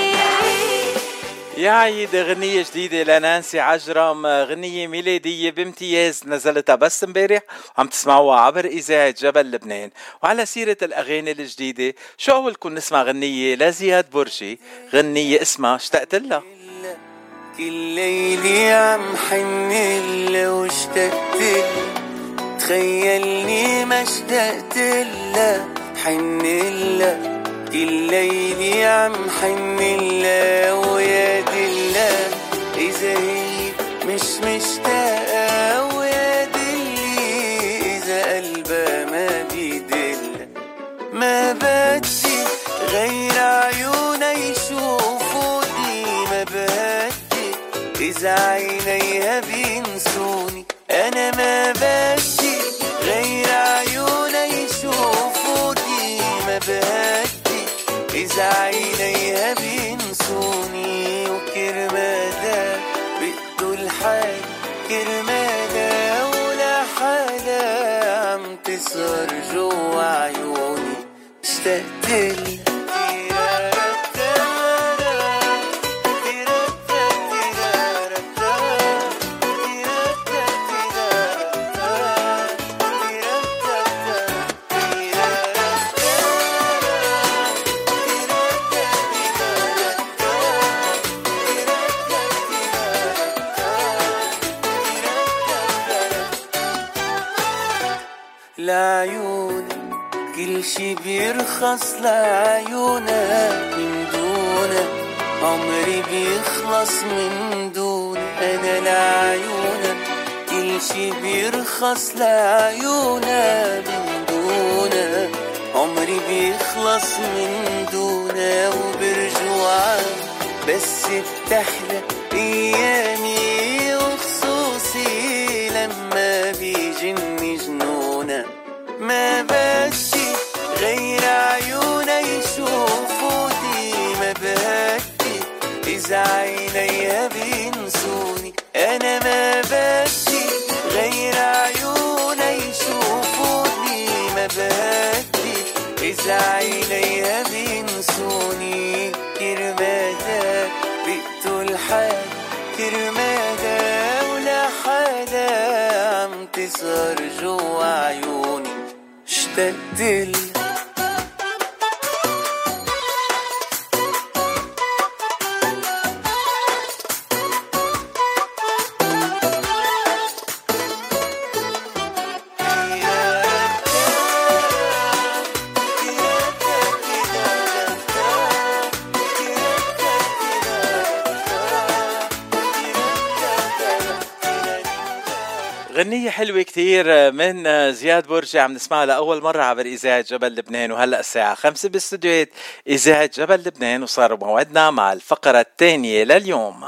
يا عيد غنية جديدة لنانسي عجرم، غنية ميلادية بامتياز نزلتها بس امبارح وعم تسمعوها عبر إذاعة جبل لبنان. وعلى سيرة الأغاني الجديدة، شو أولكم نسمع غنية لزياد برجي، غنية اسمها اشتقت لها. كل ليلي عم حنلها واشتقت لها، تخيلني ما اشتقت لها حنلها. كل ليلي عم حنلها ويا دلها، إذا هي مش مشتاقة ويا دلي، إذا قلبها ما بيدلها. ما بدي غير عيونها يشوفوا دي، ما بدي إذا عينيها بينسوني. أنا ما بدي غير عيونها يشوفوا دي، ما بدي إذا عينيها بينسوني. وكرمادا بقدو الحال كرمادا، ولا حدا عم تسهر جوا عيوني اشتقت لي. لعيونك كل شي بيرخص لعيونها، من دونها عمري بيخلص من دون. أنا لعيونك كل شي بيرخص لعيونها، من دونها عمري بيخلص من دونها. وبرجوع بس بتحلى أيامي، وخصوصي لما بيجني جنونها. ما بدي غير عيونها يشوفوا دي، ما بدي إذا عينيها بينسوني. أنا ما بدي غير عيونها يشوفوا دي، ما بدي إذا عينيها بينسوني. كرمادا بقتوا الحال كرمادا، ولا حدا عم تسهر جوا عيوني اشتقت لها. غنية حلوة كتير من زياد برجي عم نسمعها لأول مرة عبر إذاعة جبل لبنان. وهلأ الساعة خمسة باستديوهات إذاعة جبل لبنان، وصار موعدنا مع الفقرة الثانية لليوم.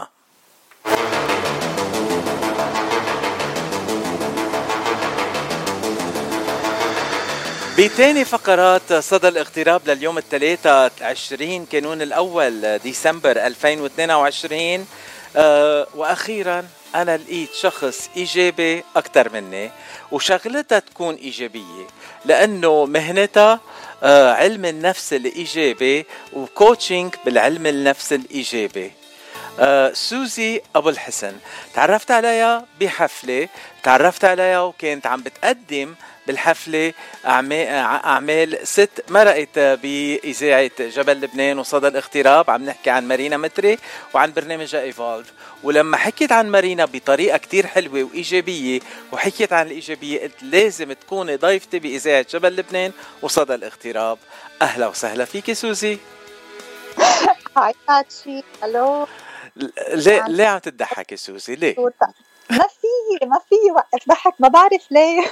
بتاني فقرات صدى الاغتراب لليوم الثلاثة عشرين كانون الأول ديسمبر ألفين واثنين وعشرين. أه وأخيرا أنا لقيت شخص إيجابي أكتر مني، وشغلتها تكون إيجابية لأنه مهنتها أه علم النفس الإيجابي وكوتشنج بالعلم النفس الإيجابي. أه سوزي أبو الحسن تعرفت عليها بحفلة، تعرفت عليها وكانت عم بتقدم بالحفلة أعمال ست مرقت بإذاعة جبل لبنان وصدى الاغتراب. عم نحكي عن مارينا متري وعن برنامجها إيفولف. ولما حكيت عن مارينا بطريقة كتير حلوة وإيجابية وحكيت عن الإيجابية، قلت لازم تكوني ضيفتي بإذاعة جبل لبنان وصدى الاغتراب. أهلا وسهلا فيك سوزي. هاي باتشي. هلو. ليه ليه عم تضحكي سوزي؟ ليه؟ ما في ما في وقت ضحك، ما بعرف ليه.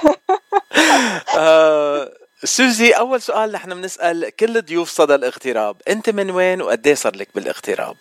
آه سوزي، أول سؤال نحن بنسأل كل ضيوف صدى الاغتراب، أنت من وين وقديه صار لك بالاغتراب؟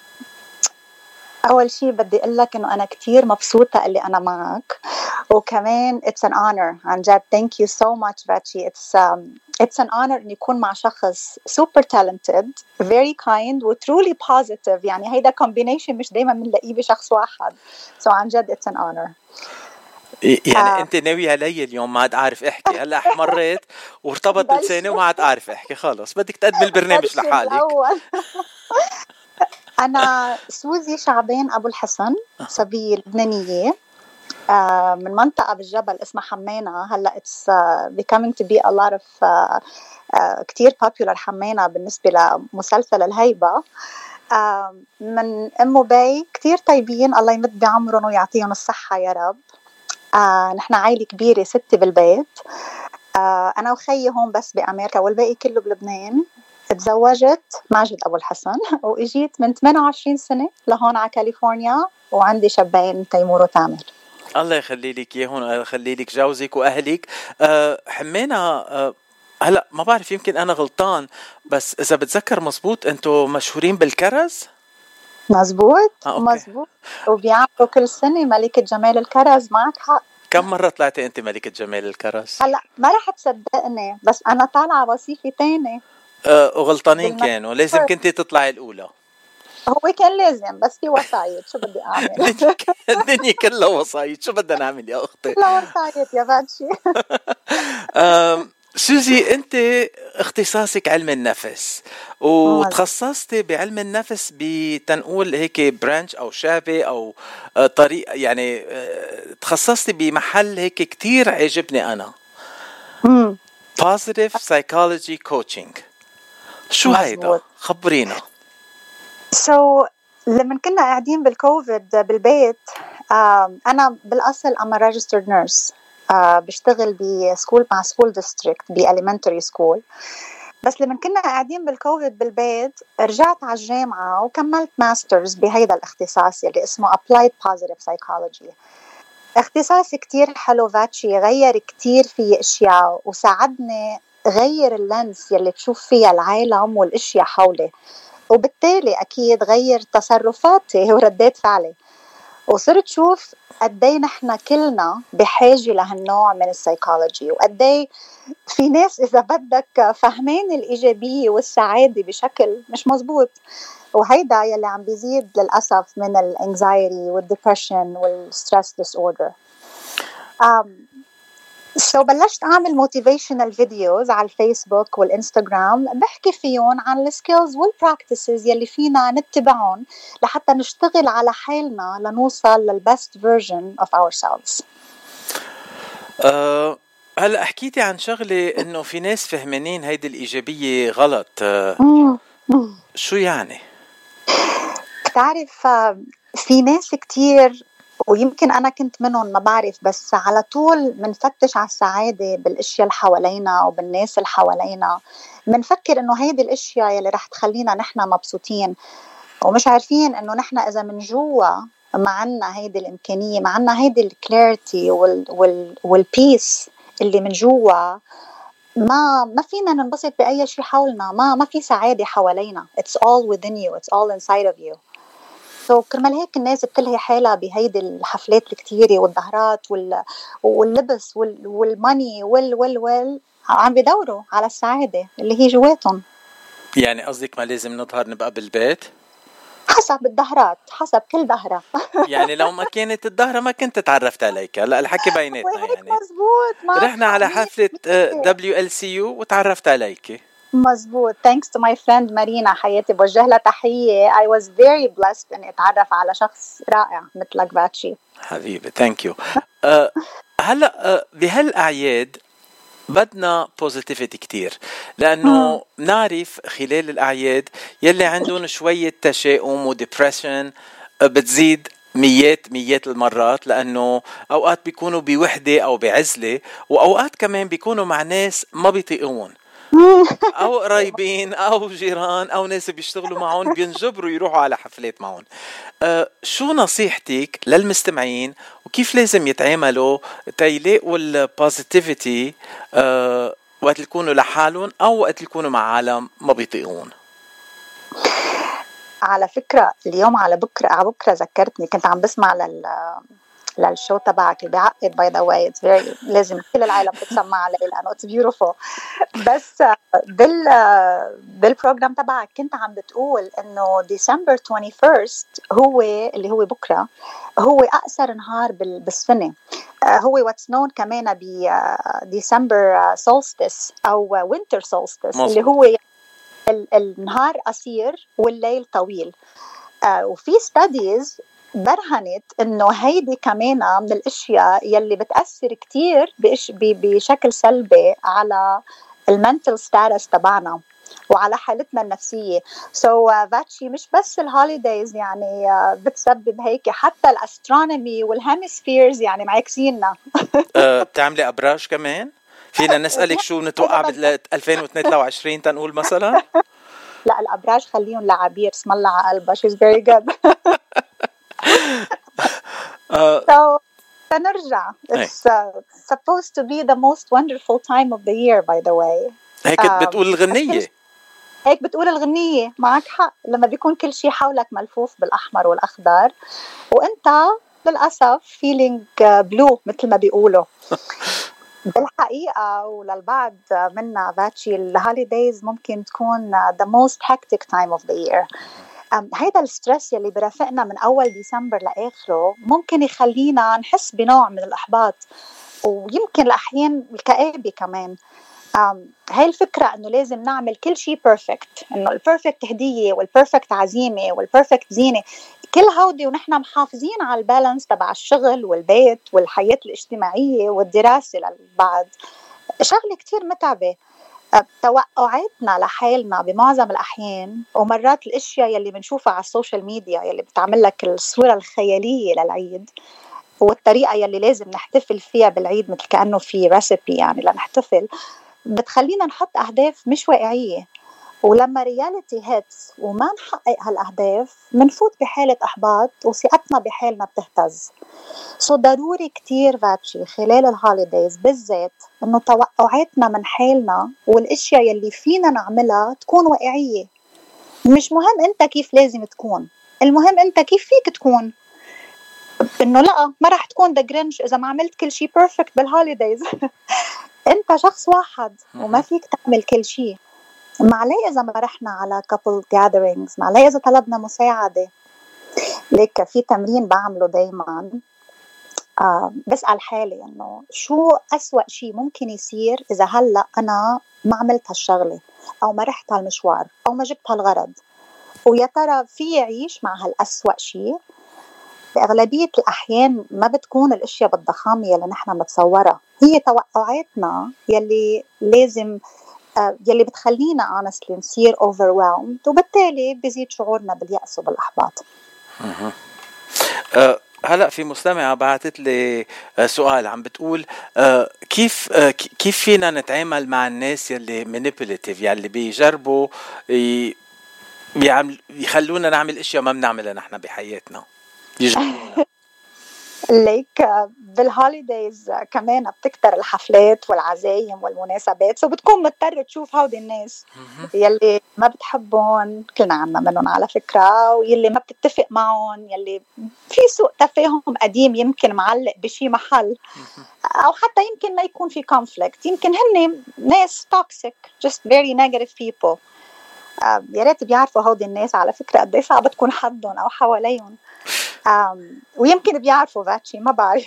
أول شيء بدي أقول لك إنه أنا كتير مبسوطة اللي أنا معك، وكمان it's an honor عن جد. thank you so much باتشي. it's um, it's an honor إني يكون مع شخص super talented, very kind و truly positive. يعني هيدا combination مش دايما بنلاقيه بشخص واحد. so عن جد it's an honor. يعني آه. أنت ناوي علي اليوم ما عاد أعرف أحكي، هلأ احمريت وارتبط لساني وما عاد أعرف أحكي، خلاص بدك تقدم البرنامج لحالك. أنا سوزي شعبان أبو الحسن، صبية لبنانية آه من منطقة بالجبل اسمها حمانة. هلأ it's uh, becoming to be a lot of uh, uh, كتير popular حمانة بالنسبة لمسلسل الهيبة. آه من أم وبي كتير طيبين، الله يمد بعمرهم ويعطيهم الصحة يا رب. آه نحن عائلة كبيرة، ستة بالبيت. آه أنا وخيي هون بس بأمريكا والباقي كله بلبنان. تزوجت ماجد أبو الحسن وإجيت من ثمانية وعشرين سنة لهون على كاليفورنيا، وعندي شابين تيمور وتامر. الله يخلي لك إياهم، الله يخلي لك جوزك وأهلك. أه حمينا أه هلأ ما بعرف يمكن أنا غلطان، بس إذا بتذكر مزبوط أنتوا مشهورين بالكرز؟ مزبوط آه، مزبوط. وبيعملوا كل سنة ملكة جمال الكرز. معك حق. كم مرة طلعتي أنت ملكة جمال الكرز؟ هلأ ما رح تصدقني بس أنا طالعة وصيفة تاني. أه وغلطانين كانوا، لازم كنتي تطلعي الأولى. هو كان لازم بس في وسايط، شو بدي أعمل؟ الدنيا كلها وسايط، شو بدنا نعمل يا أختي؟ لا وسايط يا باتشي. سوزي، أنت اختصاصك علم النفس وتخصصتي بعلم النفس بتنقول هيك برانش أو شعبة أو طريق، يعني تخصصتي بمحل هيك كتير عجبني أنا. Positive Psychology Coaching. شو هيدا؟ خبرينا. So لما كنا قاعدين بالكوفيد بالبيت، أنا بالأصل I'm a registered nurse. بشتغل بسكول مع سكول ديستريكت بإليمنتري سكول. بس لما كنا قاعدين بالكوفيد بالبيت رجعت على الجامعة وكملت ماسترز بهيدا الاختصاص اللي اسمه Applied Positive Psychology. اختصاص كتير حلو فاتشي، غير كتير في اشياء وساعدني غير اللنس يلي بشوف فيها العالم والاشياء حولي، وبالتالي اكيد غير تصرفاتي وردات فعلي. وصرت شوف قدي نحن كلنا بحاجة لهالنوع من السايكولوجي، وقدي في ناس إذا بدك فهمين الإيجابية والسعادة بشكل مش مزبوط، وهيدا يلي عم بيزيد للأسف من الانكزايتي والديبرشن والستريس ديس اوردر. سو بلشت أعمل موتيفيشنال فيديوز على الفيسبوك والإنستغرام بحكي فيهم عن السكيلز والبراكتسز يلي فينا نتبعهم لحتى نشتغل على حالنا لنوصل للبست فيرجن اوف اور سيلفز. أه هلا حكيتي عن شغله انه في ناس فهمانين هيدي الايجابيه غلط. أه شو يعني؟ بتعرف في ناس كتير ويمكن أنا كنت منهم ما بعرف، بس على طول منفتش على السعادة بالأشياء اللي حوالينا وبالناس اللي حوالينا، منفكر إنه هيدي الأشياء اللي رح تخلينا نحن مبسوطين، ومش عارفين إنه نحن إذا من جوا ما عنا هيدي الإمكانية، ما عنا هيدي الكلاريتي وال وال والبيس اللي من جوا، ما ما فينا ننبسط بأي شيء حولنا، ما ما في سعادة حوالينا. It's all within you, it's all inside of you. So كرمال هيك الناس بتلهي حالها بهيدي الحفلات الكتيرة والظهرات وال واللبس وال والماني وال وال وال عم بدوروا على السعادة اللي هي جواتهم. يعني قصدك ما لازم نظهر نبقى بالبيت؟ حسب الظهرات، حسب كل ظهرة. يعني لو ما كانت الظهرة ما كنت تعرفت عليك. لا الحكي بيناتنا يعني مزبوط. رحنا على حفلة دبليو إل سي يو وتعرفت عليك. مزبوط. thanks to my friend مارينا حياتي، بوجه لها تحية. I was very blessed إني أتعرف على شخص رائع مثلك باتشي حبيبي. thank you. أه هلأ أه بهالأعياد بدنا بوزيتيفيتي كتير، لأنه نعرف خلال الأعياد يلي عندهم شوية تشاؤم وديبريشن بتزيد ميات ميات المرات، لأنه أوقات بيكونوا بوحدة أو بعزلة، وأوقات كمان بيكونوا مع ناس ما بيطيقون أو قرايبين أو جيران أو ناس بيشتغلوا معهم بينجبروا يروحوا على حفلات معهم. أه شو نصيحتك للمستمعين وكيف لازم يتعاملوا تيلاقوا البوزيتيفيتي أه وقت يكونوا لحالهم أو وقت يكونوا مع عالم ما بيطيقون؟ على فكرة اليوم على بكرة على بكرة ذكرتني، كنت عم بسمع لل للشو تبعك اللي بعقد باي ذا واي، لازم كل العالم تتسمع عليه لأنه it's beautiful. بس بال بالبروجرام تبعك كنت عم بتقول إنه ديسمبر twenty first هو اللي هو بكرة هو أقصر نهار بالسنة، هو what's known كمان ب ديسمبر solstice أو winter solstice مصر. اللي هو النهار قصير والليل طويل. وفي studies برهنت انه هيدي كمان من الاشياء يلي بتاثر كتير بشكل سلبي على المنتل ستاتس تبعنا وعلى حالتنا النفسيه. سو so, فاتشي مش بس الهوليدايز يعني uh, بتسبب هيك، حتى الاسترونومي والهيمسفيرز يعني معاكسيننا. أه بتعملي ابراج كمان؟ فينا نسالك شو نتوقع بال ألفين وثلاثة وعشرين تنقول مثلا؟ لا الابراج خليهم لعبير، اسم الله على قلبها. she's very good. uh, so فنرجع it's uh, supposed to be the most wonderful time of the year by the way. هيك uh, بتقول الغنية. هيك بتقول الغنية، معك حق. لما بيكون كل شيء حولك ملفوف بالأحمر والأخضر وانت للأسف feeling blue مثل ما بيقولوا. بالحقيقة وللبعض منا باتشي الهوليدايز ممكن تكون the most hectic time of the year. هيدا الستريس يلي برافقنا من أول ديسمبر لآخره ممكن يخلينا نحس بنوع من الإحباط ويمكن الأحيان الكآبة كمان. هاي الفكرة إنه لازم نعمل كل شيء بيرفكت، إنه البيرفكت هدية والبيرفكت عزيمة والبيرفكت زينة، كل هودي ونحن محافظين على البالانس تبع الشغل والبيت والحياة الاجتماعية والدراسة للبعض. شغلة كتير متعبة. توقعاتنا لحالنا بمعظم الأحيان ومرات الأشياء يلي بنشوفها على السوشيال ميديا يلي بتعمل لك الصورة الخيالية للعيد والطريقة يلي لازم نحتفل فيها بالعيد مثل كأنه في ريسيبي يعني لنحتفل، بتخلينا نحط أهداف مش واقعية. ولما رياليتي هيتس وما نحقق هالأهداف منفوت بحالة إحباط وثقتنا بحالنا بتهتز. سو ضروري كتير فاتشي خلال الهوليدايز بالذات إنه توقعاتنا من حالنا والأشياء يلي فينا نعملها تكون واقعية. مش مهم أنت كيف لازم تكون، المهم أنت كيف فيك تكون. إنه لا ما راح تكون دا جرينش إذا ما عملت كل شيء بيرفكت بالهوليدايز. أنت شخص واحد وما فيك تعمل كل شيء. معلي إذا ما رحنا على couple gatherings، معلي إذا طلبنا مساعدة. ليك في تمرين بعمله دايما آه بسأل حالي إنه شو أسوأ شيء ممكن يصير إذا هلأ أنا ما عملت هالشغلة أو ما رحت هالمشوار أو ما جبت هالغرض، ويا ترى في عيش مع هالأسوأ شيء. بأغلبية الأحيان ما بتكون الأشياء بالضخامة يلي نحن متصورة، هي توقعاتنا يلي لازم يلي بتخلينا honestly نصير overwhelmed وبالتالي بيزيد شعورنا باليأس وبالإحباط. أه هلأ في مستمعة بعتت لي سؤال عم بتقول أه كيف أه كيف فينا نتعامل مع الناس يلي manipulative يلي بيجربوا يعمل يخلونا نعمل اشياء ما بنعملها نحن بحياتنا. يجربونا؟ ليك بالهوليديز كمان بتكتر الحفلات والعزايم والمناسبات، سو بتكون مضطر تشوف هودي الناس يلي ما بتحبهم، كلنا عنا منهم على فكرة، ويلي ما بتتفق معهم، يلي في سوء تفاهم قديم يمكن معلق بشي محل، أو حتى يمكن ما يكون في conflict، يمكن هن ناس toxic just very negative people. آه يا ريت بيعرفوا هودي الناس على فكرة قد ايه صعب تكون حدهم أو حواليهم. آم ويمكن بيعرفوا ذاتشي ما بعرف.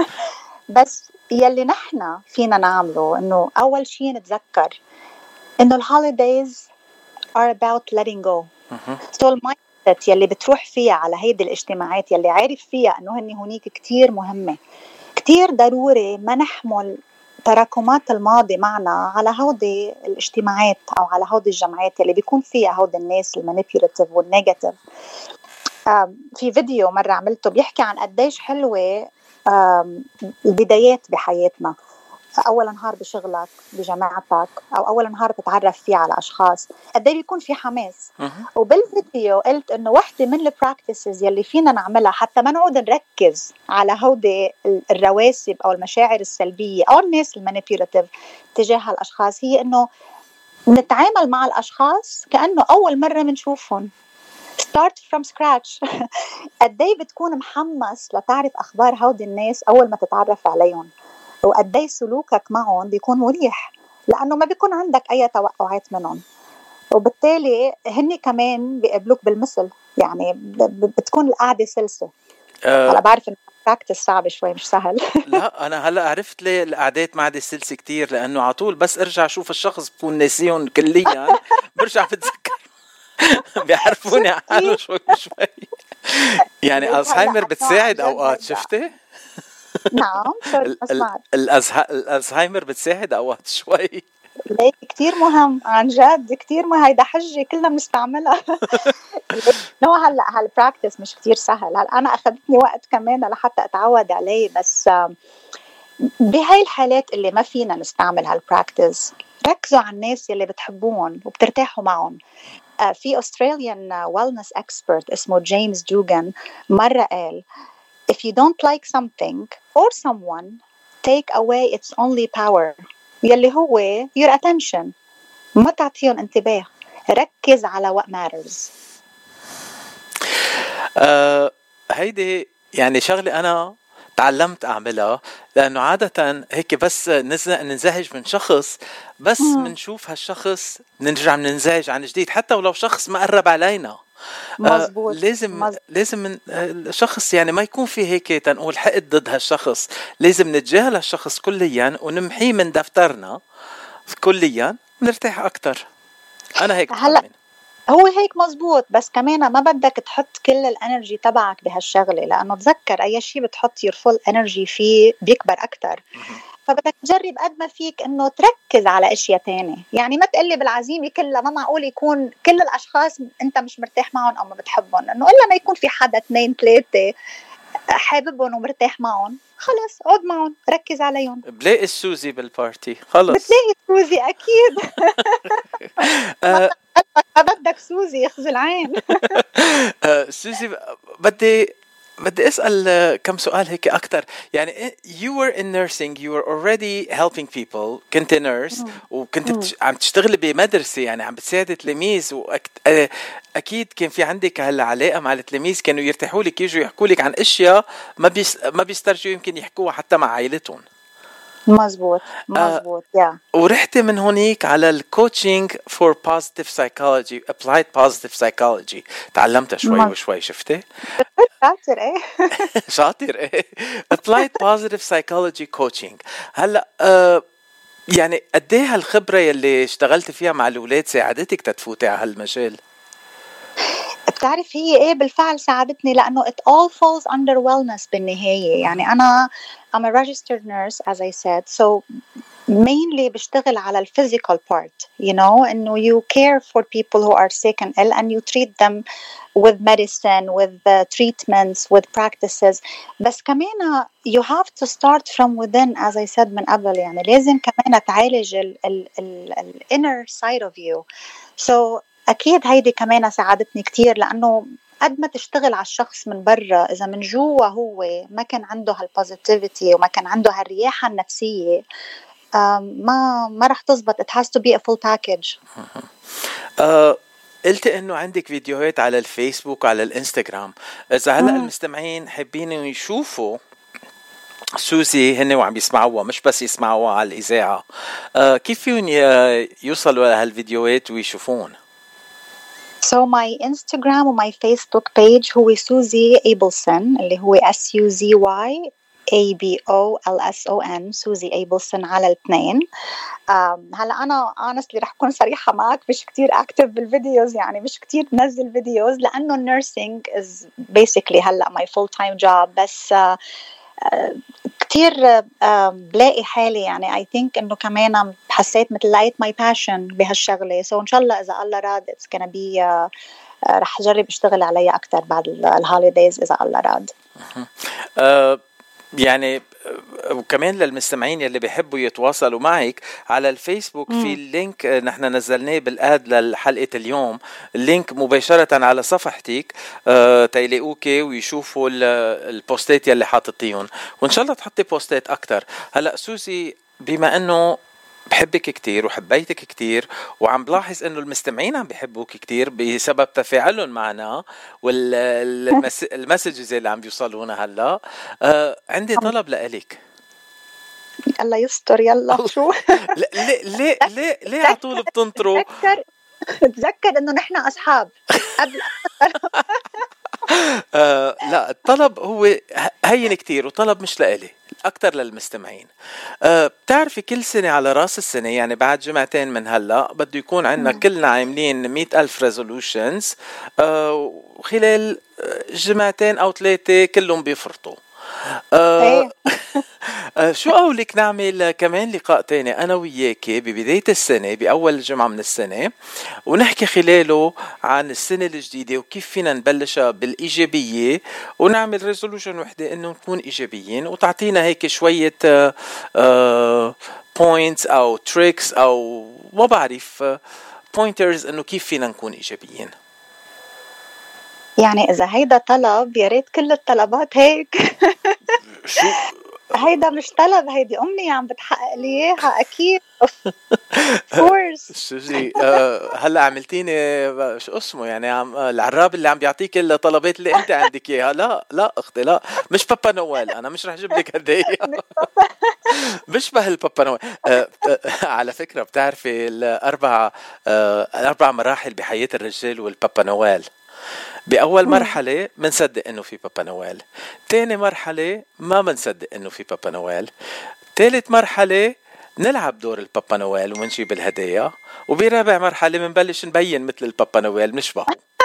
بس يلي نحنا فينا نعمله إنه أول شيء نتذكر إنه الهوليديز are about letting go. so المايندسيت يلي بتروح فيها على هيدي الاجتماعات يلي عارف فيها إنه هني هونيك كتير مهمة، كتير ضروري ما نحمل تراكمات الماضي معنا على هودي الاجتماعات أو على هودي الجمعات اللي بيكون فيها هودي الناس المانيبيولاتيف والنيجاتيف. في فيديو مرة عملته بيحكي عن قديش حلوة البدايات بحياتنا، أول نهار بشغلك بجامعتك أو أول نهار بتتعرف فيه على أشخاص، قديش بيكون في حماس. وبالفيديو قلت إنه واحدة من البراكتسز يلي فينا نعملها حتى ما نعود نركز على هودي الرواسب أو المشاعر السلبية أو الناس المانيبيولاتيف تجاه الأشخاص، هي إنه نتعامل مع الأشخاص كأنه أول مرة منشوفهم. start from scratch. قدي بتكون محمس لتعرف أخبار هودي الناس أول ما تتعرف عليهم، وقدي سلوكك معهم بيكون مريح لأنه ما بيكون عندك أي توقعات منهم، وبالتالي هني كمان بيقبلوك بالمثل، يعني بتكون القعدة سلسة. أه هلا بعرف إن براكتس صعب شوي مش سهل. لا أنا هلا عرفت ليه القعدات ما عاد السلسة كتير، لأنه عطول بس أرجع أشوف الشخص بكون ناسيهم كليا برجع بتذكر بيعرفوني حاله شوي شوي. يعني الزهايمر بتساعد أوقات، شفتي؟ نعم الألزهايمر بتساعد أوقات شوي. ليك كتير مهم عن جد، كتير مهم، هيدا حجة كلنا بنستعملها. نو هلا هالبراكتس مش كتير سهل، هلا أنا أخذتني وقت كمان لحتى أتعود عليه، بس بهاي الحالات اللي ما فينا نستعمل هالبراكتس ركزوا على الناس اللي بتحبون وبترتاحوا معهم. في Australian wellness expert اسمه جيمس دوغان مرة قال if you don't like something or someone take away its only power، يلي هو your attention، ما تعطيهم انتباه، ركز على what matters. أه هيدي يعني شغلة أنا تعلمت أعملها، لأنه عادة هيك بس ننزعج من شخص، بس منشوف هالشخص نرجع ننزعج عن جديد حتى ولو شخص ما قرب علينا. مزبوط. آه لازم مزبوط. لازم من الشخص يعني ما يكون في هيك تنقول حقد ضد هالشخص، لازم نتجاهل هالشخص كليا ونمحيه من دفترنا كليا نرتاح أكتر. أنا هيك هلا هو هيك مزبوط، بس كمان ما بدك تحط كل الانرجي تبعك بهالشغله، لانه تذكر اي شيء بتحط يور فول انرجي فيه بيكبر اكتر. فبدك تجرب قد ما فيك انه تركز على اشياء تانية، يعني ما تقلي بالعزيمه كلها، ما معقول يكون كل الاشخاص انت مش مرتاح معهم او ما بتحبهم، انه الا ما يكون في حدا اثنين ثلاثه حاببهم ومرتاح معهم، خلص عود معهم ركز عليهم. بلاقي السوزي بالبارتي خلص، بتلاقي سوزي اكيد. ما بدك سوزي يخزي العين. سوزي بدي بدي أسأل كم سؤال هيك أكتر. يعني you were in nursing, you were already helping people, كنت nurse وكنت بتش... عم تشتغلي بمدرسة، يعني عم بتساعد تلاميذ، وأكيد كان في عندك هالعلاقة مع التلاميذ، كانوا يرتاحوا لك يجوا يحكوا لك عن أشياء ما بيس... ما بيسترجوا يمكن يحكوها حتى مع عائلتهم. مزبوط مزبوط يا آه ورحتي من هونيك على الكوتشنج فور بوزيتيف سايكولوجي، ابلايد بوزيتيف سايكولوجي، تعلمتها شوي مزبوط. وشوي شفتي شاطر ايه شاطر ايه ابلايد بوزيتيف سايكولوجي كوتشنج. هلا آه يعني قد ايه هالخبره يلي اشتغلت فيها مع الاولاد ساعدتك تتفوتي على هالمجال؟ بتعرف هي ايه بالفعل ساعدتني، لانه it all falls under wellness بالنهايه. يعني انا I'm a registered nurse as I said, so mainly بشتغل على ال physical part, you know, إنه you care for people who are sick and ill and you treat them with medicine, with uh, treatments, with practices. بس كمان you have to start from within as I said من قبل، يعني لازم كمان تعالج ال ال ال ال inner side of you. So أكيد هيدي كمان ساعدتني كتير، لأنه قد ما تشتغل على الشخص من برا، إذا من جوا هو ما كان عنده هالبوزيتيفيتي وما كان عنده هالرياحة النفسية ما ما رح تزبط. it has to be a full package. أه قلت انه عندك فيديوهات على الفيسبوك وعلى الانستغرام، اذا هلا المستمعين حابين يشوفوا سوزي هن وعم يسمعوها مش بس يسمعوها على الإذاعة، أه كيف فيهم يوصلوا لهالفيديوهات ويشوفون؟ So my Instagram و my Facebook page هو سوزي أبلسون اللي هو S U Z Y A B O L S O N سوزي أبلسون على الاثنين. هلا أنا honestly رح أكون صريحة معك مش كتير active بالفيديوز، يعني مش كتير نزل فيديوز لأنه nursing is basically هلا my full time job. بس uh, كتير بلاقي حالي يعني I think إنه كمان حسيت مثل لقيت my passion بهالشغلة. so إن شاء الله إذا الله راد it's gonna be uh, رح أجرب أشتغل عليها أكتر بعد الهوليديز إذا الله راد. أه يعني وكمان للمستمعين يلي بيحبوا يتواصلوا معك على الفيسبوك مم. في اللينك نحن نزلناه بالآد للحلقة اليوم، اللينك مباشرة على صفحتك أه تيلاقوك ويشوفوا البوستات يلي حاطتيهم، وإن شاء الله تحطي بوستات أكتر. هلأ سوزي بما أنه بحبك كتير وحبيتك كتير وعم بلاحظ انه المستمعين عم بيحبوك كتير بسبب تفاعلهم معنا والمسجز اللي عم بيوصلونا هلا، آه عندي طلب لإلك. الله يستر يلا شو ليه ليه ليه ليه على طول بتنطروا؟ تذكر تذكر انه نحن اصحاب قبل آه لا الطلب هو هين كتير وطلب مش لإلي أكتر للمستمعين. أه بتعرفي كل سنة على رأس السنة يعني بعد جمعتين من هلأ بده يكون عنا كلنا عاملين مئة ألف ريزولوشنز، أه وخلال جمعتين أو ثلاثة كلهم بيفرطوا. أه أه شو قولك نعمل كمان لقاء تاني أنا وياكي ببداية السنة بأول جمعة من السنة ونحكي خلاله عن السنة الجديدة وكيف فينا نبلشها بالإيجابية ونعمل ريزولوشن وحدة إنه نكون إيجابيين وتعطينا هيك شوية أه أه points أو tricks أو ما بعرف pointers إنه كيف فينا نكون إيجابيين. يعني إذا هيدا طلب يا ريت كل الطلبات هيك. شو هيدا مش طلب، هيدي أمنية عم بتحقق لي إياها أكيد. فورس. سوزي أه هلا عملتيني شو اسمه يعني عم العراب اللي عم بيعطيك الطلبات اللي أنت عندك إياها. لا لا أختي لا مش بابا نوال، أنا مش رح أجيب لك هدية بشبه البابا نوال. أه أه على فكرة بتعرفي الأربع أه الأربع مراحل بحياة الرجال والبابا نوال. بأول مرحلة منصدق إنه في بابا نوال، تاني مرحلة ما منصدق إنه في بابا نوال، ثالث مرحلة نلعب دور البابا نوال ومنجيب الهدايا، وبرابع مرحلة منبلش نبين مثل البابا نوال نشبهه.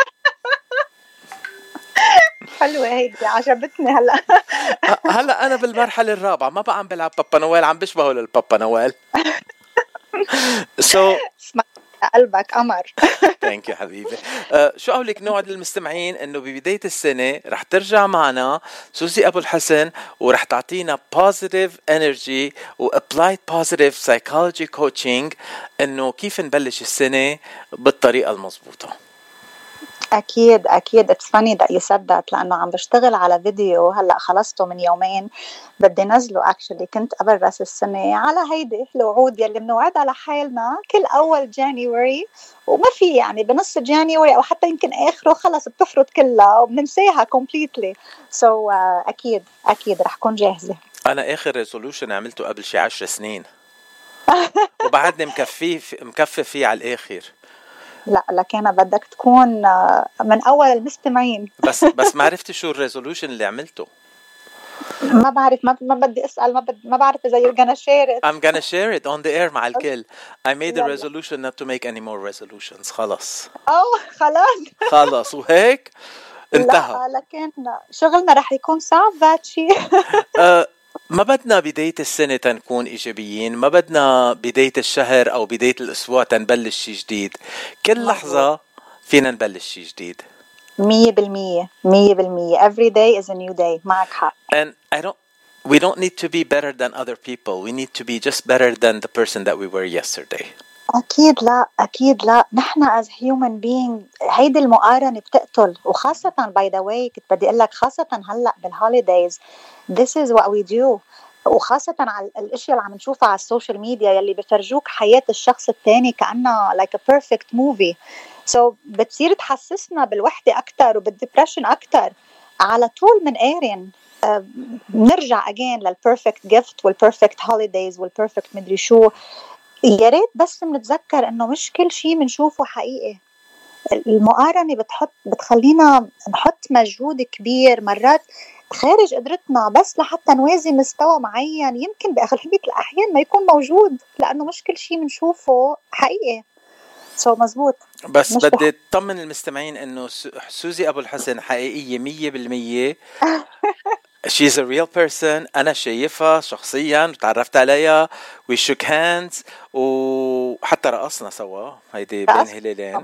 حلوة هيدي عجبتني. هلا هلا أنا بالمرحلة الرابعة ما بقى عم بلعب بابا نوال، عم بشبهه للبابا نوال. so قلبك قمر. ثانك يو حبيبي. أه شو قولك نوعد للمستمعين انه ببداية السنة رح ترجع معنا سوزي ابو الحسن ورح تعطينا positive energy و applied positive psychology coaching انه كيف نبلش السنة بالطريقة المضبوطة. أكيد أكيد it's funny that you said that لأنه عم بشتغل على فيديو هلأ خلصته من يومين بدي نزله actually كنت قبل رأس السنة على هيدي الوعود يلي بنوعد على حالنا كل أول جانيوري وما في يعني بنص جانيوري أو حتى يمكن آخره خلص بتفرط كلها وبننساها completely. so uh, أكيد أكيد رح كون جاهزة. أنا آخر ريزولوشن عملته قبل شي عشر سنين وبعدني مكفي مكفي فيه على الآخر. لا لكن بدك تكون من أول المستمعين. بس بس ما عرفتي شو الريزولوشن اللي عملته. ما بعرف ما ما بدي أسأل ما بد ما بعرف إذا you're gonna share it. I'm gonna share it on the air مع الكل. I made a resolution not to make any more resolutions. خلاص. أوه خلاص. خلاص وهيك انتهى. لا لكن شغلنا رح يكون صعب باتشي. ما بدنا بداية السنة تنكون إيجابيين، ما بدنا بداية الشهر أو بداية الأسبوع تنبلش شيء جديد. كل لحظة فينا نبلش شيء جديد. مية بالمية مية بالمية. Every day is a new day. معك حق. And I don't. We don't need to be better than other people. We need to be just better than the person that we were yesterday. أكيد لا، أكيد لا. نحن as human being هيدي المقارنة بتقتل، وخاصة by the way كنت بدي أقول لك خاصة هلأ بالهوليدايز this is what we do. وخاصة على الاشياء اللي عم نشوفها على السوشيال ميديا يلي بفرجوك حياة الشخص التاني كأنها like a perfect movie. so بتصير تحسسنا بالوحدة أكتر وبالدبريشن أكتر على طول من قارن. uh, نرجع again للperfect gift والperfect holidays والperfect مدري شو. يا ريت بس بنتذكر إنه مش كل شيء بنشوفه حقيقي. المقارنة بتحط بتخلينا نحط مجهود كبير مرات خارج قدرتنا بس لحتى نوازي مستوى معين يمكن بأغلبية الأحيان ما يكون موجود، لأنه مش كل شيء بنشوفه حقيقي. سو so, مزبوط. بس بدي اطمن المستمعين انه سوزي ابو الحسن حقيقية مية بالمية. she's a real person. انا شايفها شخصيا وتعرفت عليها we shook hands وحتى رقصنا سوا هيدي بين هلالين.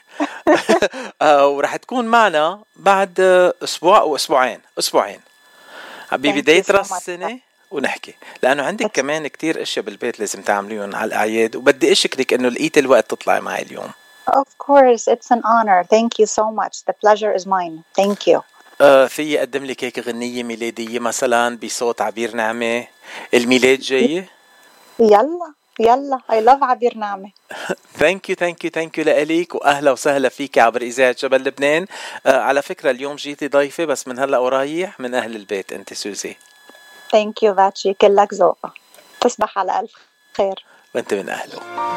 ورح تكون معنا بعد اسبوع او اسبوعين اسبوعين ببداية راس السنة ونحكي، لأنه عندك كمان كتير أشياء بالبيت لازم تعمليهم على الأعياد، وبدي أشكرك إنه لقيت الوقت تطلعي معي اليوم. Of course, it's an honor. Thank you so much. The pleasure is mine. Thank you. آه في أقدم لك هيك غنية ميلادية مثلا بصوت عبير نعمة؟ الميلاد جاي؟ يلا يلا I love عبير نعمة. thank you thank you thank you لأليك، وأهلا وسهلا فيك عبر إذاعة جبل لبنان. آه على فكرة اليوم جيتي ضيفة بس من هلأ ورايح من أهل البيت أنت سوزي. Thank you فاتشي، كلك ذوق. تصبح على ألف خير. وأنت من أهله.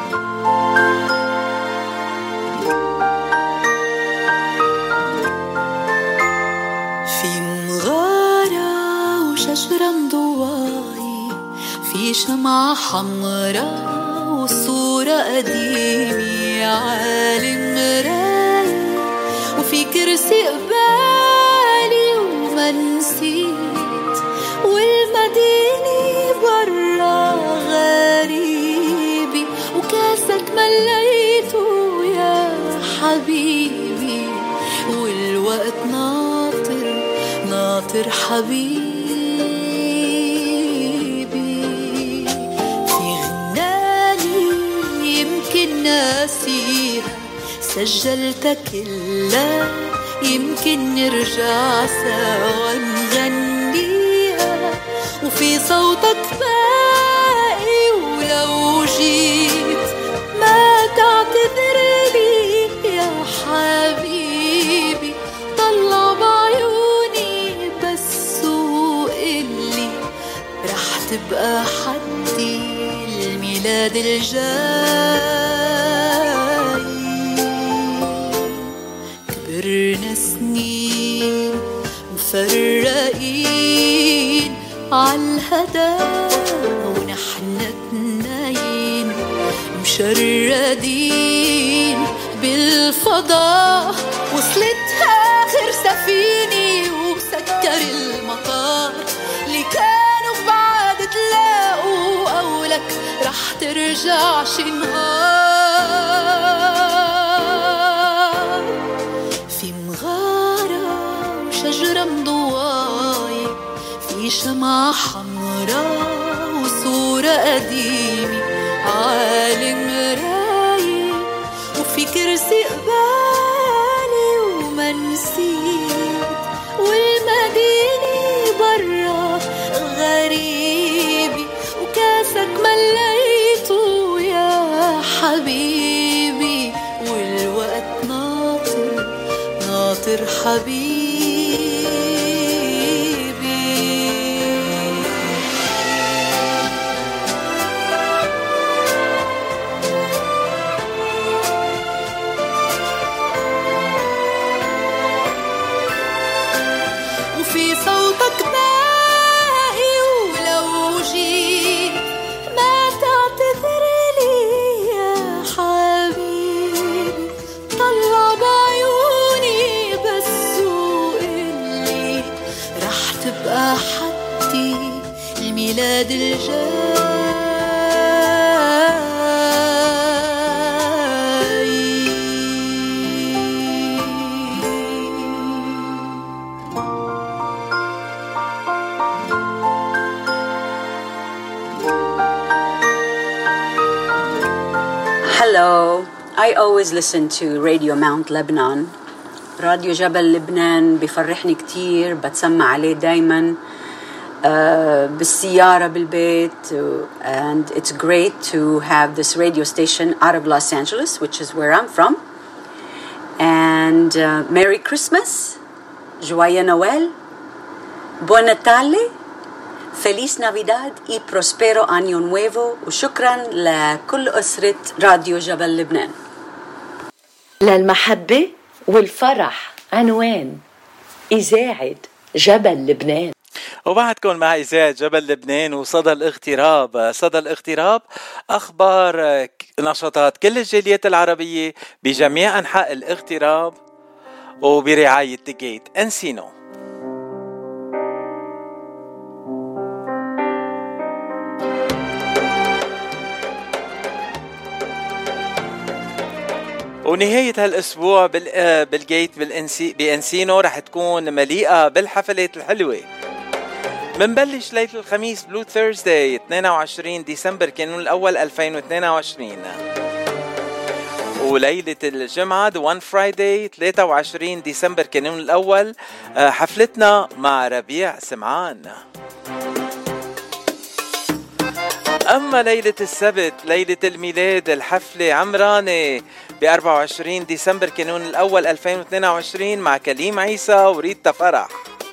في مغارة وشجرة مضواي، في شمعة حمراء وصورة قديمة عالم راي، وفي كرسي قبالي وما نسيت، والمدينة برا غريبي، وكاسك مليته يا حبيبي، والوقت ناطر ناطر حبيبي. في غناني يمكن ناسيها سجلتها كلها، يمكن نرجع سوا نغنيها، وفي صوتك باقي ولو جيت ما تعتذر لي يا حبيبي، طلع بعيوني بس وقلي رح تبقى حدي الميلاد الجاي. كبرنا سنين مفرقين عالهدى، ونحن اتنين مشردين بالفضاء، وصلت آخر سفينة وسكر المطار، اللي كانوا بعد تلاقوا أولك رح ترجع شي نهار. في مغارة وشجرة مضواي، في شمعة حمراء وصورة قديمة عالم راي، وفي كرسي قبالي وما نسيت، والمدينة برا غريبي، وكاسك مليته يا حبيبي، والوقت ناطر ناطر حبيبي. وفي صوتك باقي ولو جيت ما تعتذر لي يا حبيبي، طلع بعيوني بس وقلي رح تبقى حدي الميلاد الجاي. Hello, I always listen to Radio Mount Lebanon. راديو جبل لبنان بيفرحني كتير، بتسمع عليه دايما uh, بالسيارة بالبيت. And it's great to have this radio station out of Los Angeles, which is where I'm from. And uh, Merry Christmas, Joyeux Noël, Buon Natale, Feliz Navidad y Prospero Año Nuevo. وشكرا لكل أسرة راديو جبل لبنان. للمحبة والفرح عنوان إذاعة جبل لبنان. وبعدكم مع إذاعة جبل لبنان وصدى الاغتراب. صدى الاغتراب أخبار نشاطات كل الجاليات العربية بجميع أنحاء الاغتراب وبرعاية جيت أنسينو. ونهاية هالأسبوع بالجيت بأنسينو رح تكون مليئة بالحفلات الحلوة. منبلش ليلة الخميس بلو ثيرزداي اثنين وعشرين ديسمبر كانون الأول ألفين واثنين وعشرين، وليلة الجمعة The One Friday ثلاثة وعشرين ديسمبر كانون الأول حفلتنا مع ربيع سمعان. أما ليلة السبت ليلة الميلاد الحفلة عمرانة ب أربعة وعشرين ديسمبر كانون الأول ألفين واثنين وعشرين مع كليم عيسى وريتا فرح.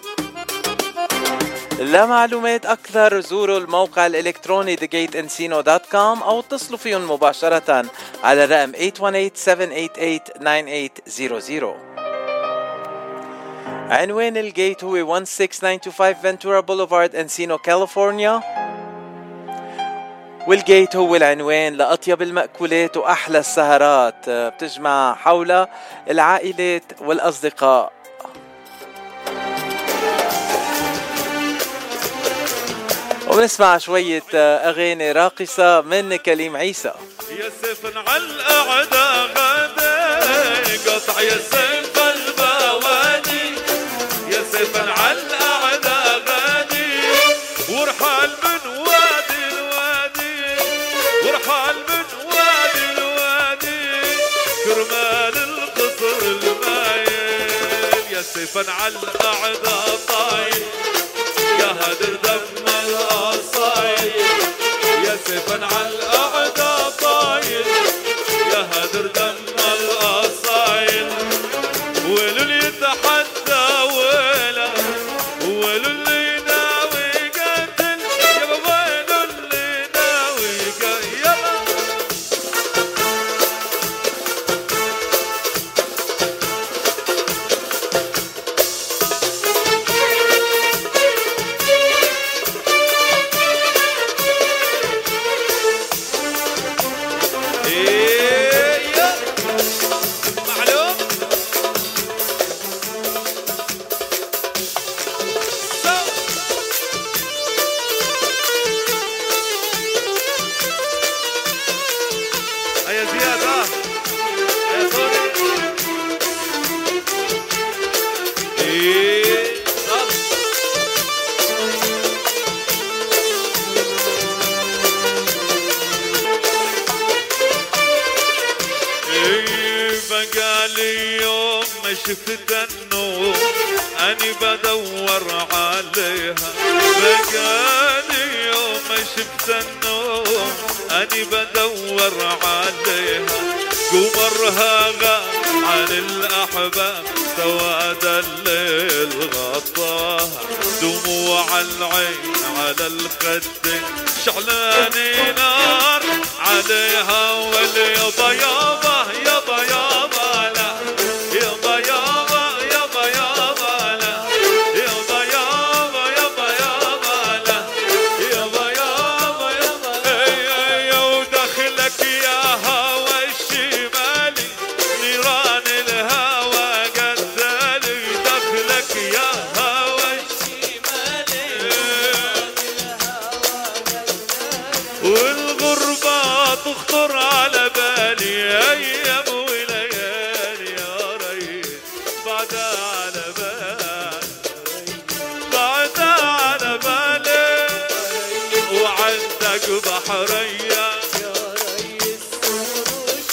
لمعلومات أكثر زوروا الموقع الإلكتروني ذا جيت إنسينو دوت كوم أو اتصلوا فيهم مباشرة على الرقم ثمانية واحد ثمانية سبعة ثمانية ثمانية تسعة صفر صفر. عنوان الجيت هو واحد ستة تسعة اثنين خمسة فنتورا بوليفارد إنسينو كاليفورنيا، والجيت هو العنوان لأطيب المأكولات وأحلى السهرات بتجمع حول العائلات والأصدقاء. ونسمع شوية أغاني راقصة من كليم عيسى. يا سيف على الأعداء غادي قطع يا سيف البوادي، يا سيف على الأعداء غادي ورحال من وادي الوادي، ورحال من وادي الوادي كرمال القصر المايل. يا سيف على الأعداء طايل يا هدر دم الأصايل، يا سيفا على الأعداء طايل يا هدر دم الأصايل. ويلو اللي يتحدى ويلا ويلو اللي ناوي يقتل يابا، ويلو اللي ناوي يقتل يابا. شفت النور أني بدور عليها، بقالي يوم شفت النور أني بدور عليها. قمرها غاب عن الأحباب سواد الليل غطاها، دموع العين على الخد شعلاني نار عليها. واليابا يابا يابا يابا لا يابا يابا يابا يابا لا يابا يابا يابا يابا لا يابا يابا يابا. يا ودخلك يا هوى الشمالي نيران الهوى قتالي، دخلك يا هوى الشمالي والغربة تخطر على بالي أيام وليالي يا ريت بعدها على بالي بعدها على بالي. وعندك بحرية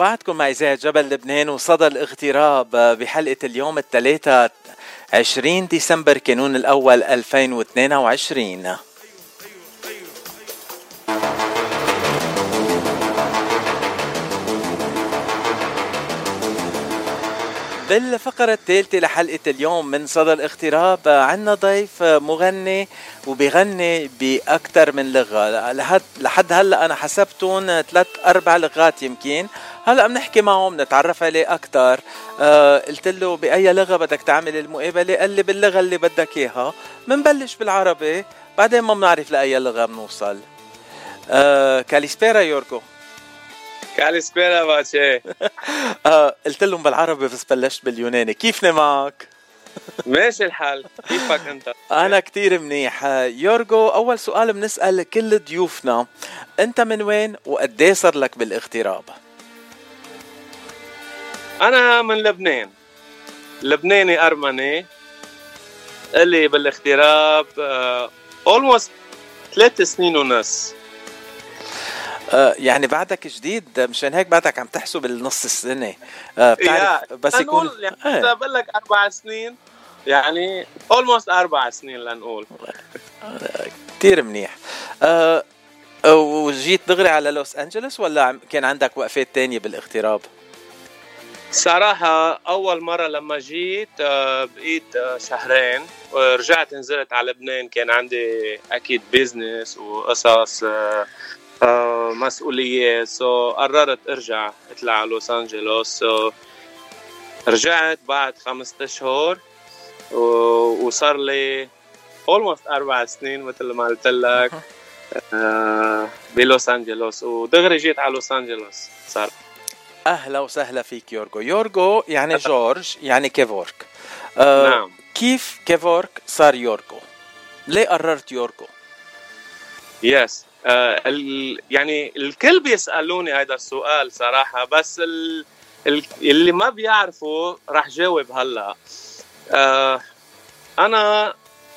وبعدكم مع إذاعة جبل لبنان وصدى الاغتراب بحلقة اليوم الثلاثة عشرين ديسمبر كانون الأول ألفين واثنين وعشرين. بالفقرة الثالثة لحلقة اليوم من صدى الاغتراب عنا ضيف مغني وبيغني بأكثر من لغة. لحد, لحد هلأ أنا حسبتون ثلاث أربع لغات يمكن. هلأ بنحكي معه نتعرف عليه أكثر. أه قلت له بأي لغة بدك تعمل المقابلة؟ قال لي باللغة اللي بدك إياها. منبلش بالعربي بعدين ما بنعرف لأي لغة بنوصل. أه كاليسبيرا يوركو. كاليسبيرا باتشي. آه قلت لهم بالعربي بس بلشت باليوناني. كيفني معك؟ ماشي الحال، كيفك انت؟ انا كتير منيح. يورغو، اول سؤال بنسأل كل ضيوفنا، انت من وين وقديه صار لك بالاغتراب؟ انا من لبنان، لبناني ارمني. اللي بالاغتراب اولموست ثلاث سنين ونص. آه يعني بعدك جديد، مشان هيك بعدك عم تحسب النص السنة. آه بتعرف بس يكون يعني آه. بقول لك أربع سنين، يعني almost أربع سنين لنقول. آه كتير منيح. آه وجيت دغري على لوس أنجلوس ولا كان عندك وقفات تانية بالاغتراب؟ صراحة أول مرة لما جيت آه بقيت آه شهرين ورجعت نزلت على لبنان. كان عندي أكيد بيزنس وقصص آه Uh, مسؤولية، سو so, قررت ارجع اطلع على لوس انجلوس. سو so, رجعت بعد خمسة اشهر و... وصار لي almost اربع سنين مثل ما قلت لك uh, بلوس انجلوس، ودغري جيت على لوس انجلوس. صار اهلا وسهلا فيك يورغو. يورغو يعني جورج، يعني كيفورك. uh, نعم. كيف كيفورك صار يورغو؟ ليه قررت يورغو؟ يس yes. آه ال يعني الكل بيسألوني هذا السؤال صراحة، بس ال ال اللي ما بيعرفوا راح جاوب هلا. آه أنا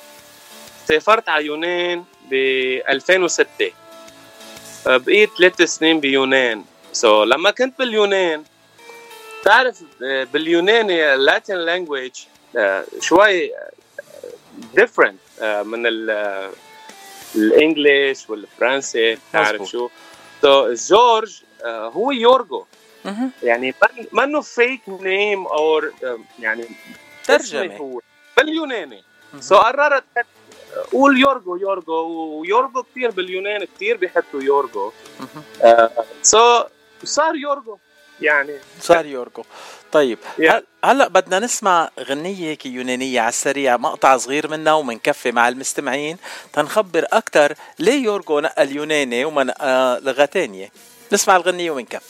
سافرت على يونان ب ألفين وستة. آه بقيت ثلاث سنين بيونان. سو so, لما كنت باليونان تعرف باليوناني لاتين لانجويج آه شوي different آه من ال الانجليش والفرنسي. تعرف شو؟ سو so, جورج uh, هو يورغو. يعني ما انه فيك نيم او يعني ترجمه هو باليوناني. سو so, قررت قول يورغو يورغو ويورغو كثير باليونان كثير بيحطوا يورغو. سو uh, so, صار يورغو، يعني صار يورغو. طيب yeah. هلا بدنا نسمع غنية هيك يونانية على السريع، مقطع صغير منها ومنكفي مع المستمعين تنخبر أكتر ليه يورغو نقى اليوناني وما نقى لغة تانية. نسمع الغنية ومنكفي.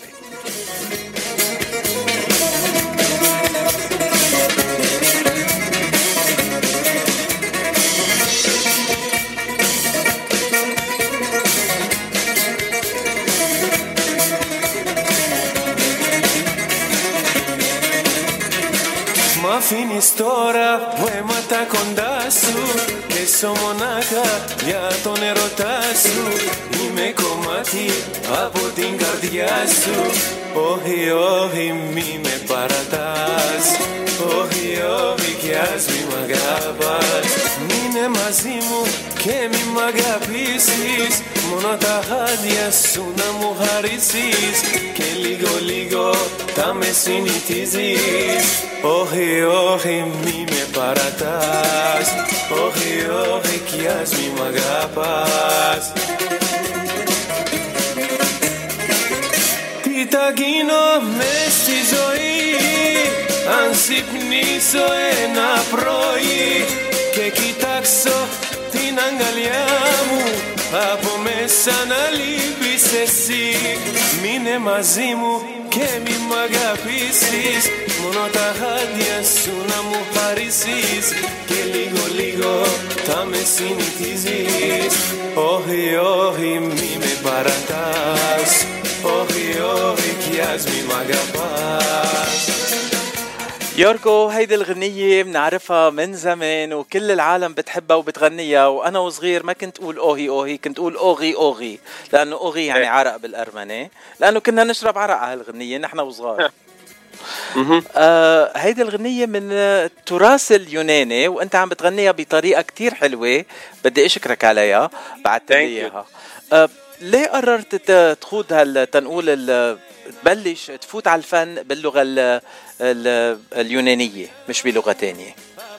Ma finis τώρα που έματα κοντά σου και σω μονάχα για τον ερωτά σου. Είμαι κομμάτι από την καρδιά σου. Όχι, όχι, μη με παρατάς. Όχι, όχι, κι ας μη μ' αγαπάς. Μείνε μαζί μου και μη μ' αγαπήσεις. Μόνο τα χάδια σου να μου χαρίσεις. Και λίγο λίγο θα με συνηθίζεις. Όχι, όχι, μη με παρατάς. Όχι, όχι, κι ας μη μ' αγαπάς. Τι θα γίνω μες στη ζωή αν ξυπνήσω ένα πρωί και κοιτάξω την αγκαλιά μου από μέσα να λείπεις εσύ. Μείνε μαζί μου και μη μ' αγαπήσεις. Μόνο τα χάδια σου να μου χαρίσεις. Και λίγο λίγο θα με συνηθίζεις. Όχι, όχι, μη με παρατάς. Όχι, όχι, κι ας μη μ' αγαπάς. يورغو، هيدي الغنية بنعرفها من زمان وكل العالم بتحبها وبتغنيها، وأنا وصغير ما كنت أقول أوهي أوهي، كنت أقول أوغي أوغي، لأنه أوغي يعني عرق بالأرمنة، لأنه كنا نشرب عرق على هالغنية نحن وصغار. آه هيدي الغنية من التراث اليوناني، وأنت عم بتغنيها بطريقة كتير حلوة، بدي أشكرك عليها، بعتت لي إياها. آه ليه قررت تخوض هالتنقول تبلش تفوت على الفن باللغة ال ال اليونانية مش بلغة تانية؟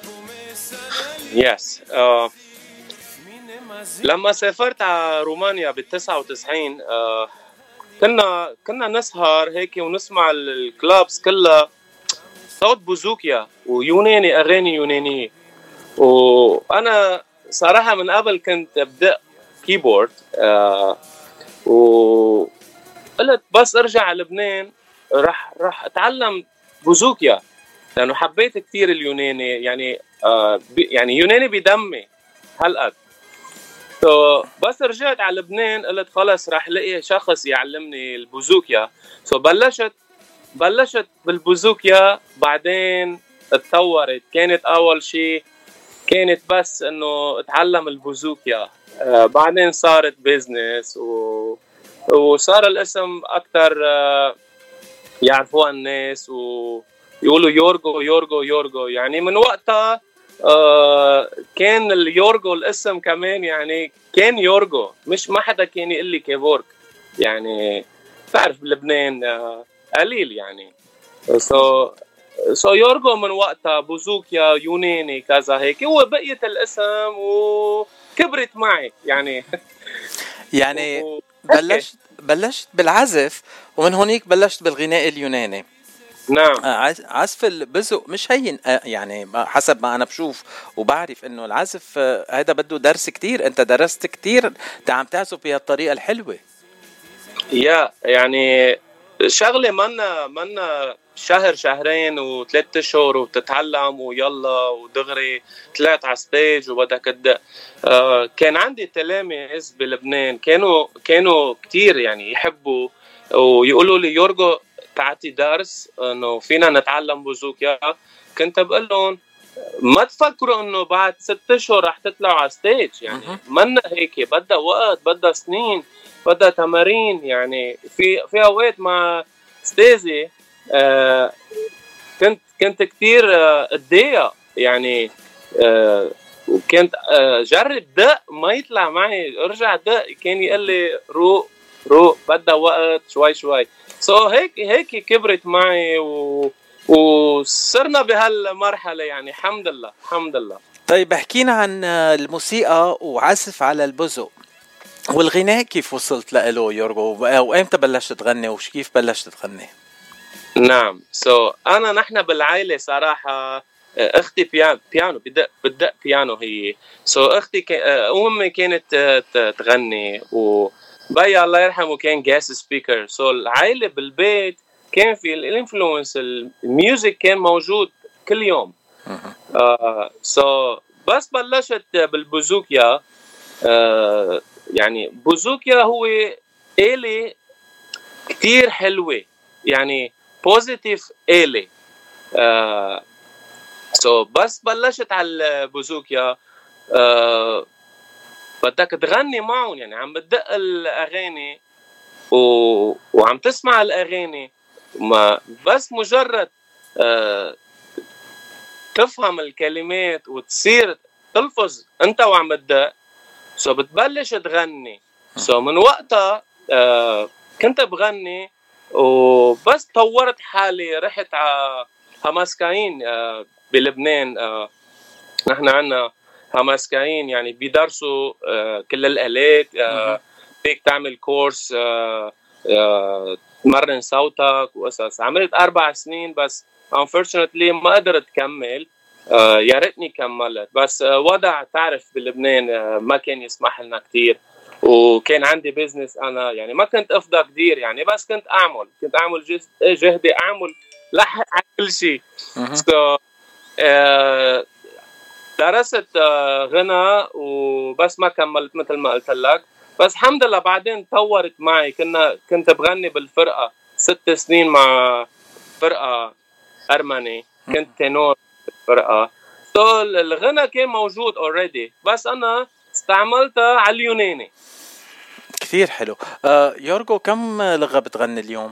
يس yes. uh, لما سافرت على رومانيا بالتسعة وتسعين uh, كنا كنا نسهر هيك ونسمع الكلابس كلها صوت بوزوكيا ويوناني، أغاني يونانية. وأنا صراحة من قبل كنت أبدأ كيبورد uh, وقلت بس أرجع على لبنان رح رح أتعلم بوزوكيا، لأنه حبيت كتير اليوناني، يعني آه يعني يوناني بدمي هالقد. so بس رجعت على لبنان قلت خلص رح لقي شخص يعلمني البوزوكيا. so بلشت بلشت بالبوزوكيا، بعدين اتطورت. كانت أول شيء كانت بس إنه اتعلم البوزوكيا، آه بعدين صارت بيزنس و... وصار الاسم أكتر آه يعرفوها الناس ويقولوا يورغو يورغو يورغو. يعني من وقتها آه كان اليورغو الاسم كمان، يعني كان يورغو، مش ما حدا كان يقول لي كيفورك. يعني تعرف بلبنان آه قليل يعني. سو سو يورغو من وقتها بوزوكيا يوناني كذا هيك، وبقيت الاسم وكبرت معي يعني. يعني و... بلشت بلشت بالعزف، ومن هونيك بلشت بالغناء اليوناني. نعم. عزف البزق مش هين، يعني حسب ما أنا بشوف وبعرف إنه العزف هذا بده درس كتير. أنت درست كتير عم تعزف بهالطريقة الحلوة. يا يعني شغلة منا منا شهر شهرين وثلاث أشهر وتتعلم ويلا ودغري طلعت على ستيج وبدك تدق. آه كان عندي تلاميذ بلبنان كانوا كانوا كتير يعني يحبوا ويقولوا لي يورغو تعطي درس انه فينا نتعلم بوزوكيا. كنت بقول لهم ما تفكروا انه بعد ست اشهر رح تطلعوا على ستيج، يعني منا هيك، بدها وقت، بدها سنين، بدها تمارين. يعني في في اوقات مع ستيزي آه كنت كنت كتير اتضايق آه يعني آه وكنت آه جرب دق ما يطلع معي، ارجع دق، كان يقول لي روق روق بدها وقت شوي شوي. سو so هيك هيك كبرت معي و وصرنا بهالمرحله يعني. الحمد لله الحمد لله. طيب احكينا عن الموسيقى وعزف على البزق والغناء، كيف وصلت له يورغو؟ وامتى بلشت تغني وكيف بلشت تغني؟ نعم. سو so, انا نحن بالعائله صراحه اختي بيانو بيانو بدق بدق بيانو هي. سو so, اختي ك... امي كانت تغني، وبايا الله يرحمه كان جاس سبيكر. سو so, العائله بالبيت كان في الانفلونس، الميوزك كان موجود كل يوم. آه سو so, بس بلشت بالبوزوكيا. آه يعني بوزوكيا هو آلة كتير حلوة، يعني بوزيتيف آلة. آه سو so, بس بلشت على البوزوكيا آه بدك تغني معهم، يعني عم بتدق الأغاني و... وعم تسمع الأغاني، ما بس مجرد آه تفهم الكلمات وتصير تلفظ انت وعم تدق. سو بتبلش تغني. سو من وقتها آه كنت بغني، وبس طورت حالي. رحت على هماسكاين آه بلبنان. آه نحن عنا هماسكاين يعني بيدرسوا آه كل الآلات. آه فيك تعمل كورس آه آه تمرن صوتك وقصص. عملت أربع سنين بس unfortunately ما قدرت كمل. آه يا ريتني كملت، بس آه وضع تعرف بلبنان آه ما كان يسمح لنا كتير، وكان عندي بيزنس أنا، يعني ما كنت أفضل كتير يعني، بس كنت أعمل كنت أعمل جهدي، أعمل لحق على كل شيء. so, آه درست آه غنى وبس ما كملت مثل ما قلت لك. بس الحمد لله بعدين طورت معي. كنا كنت بغني بالفرقة ست سنين مع فرقة أرمني. كنت تنور بالفرقة. سو الغنى كان موجود already بس أنا استعملتها على اليوناني. كثير حلو. آه يورغو كم لغة بتغني اليوم؟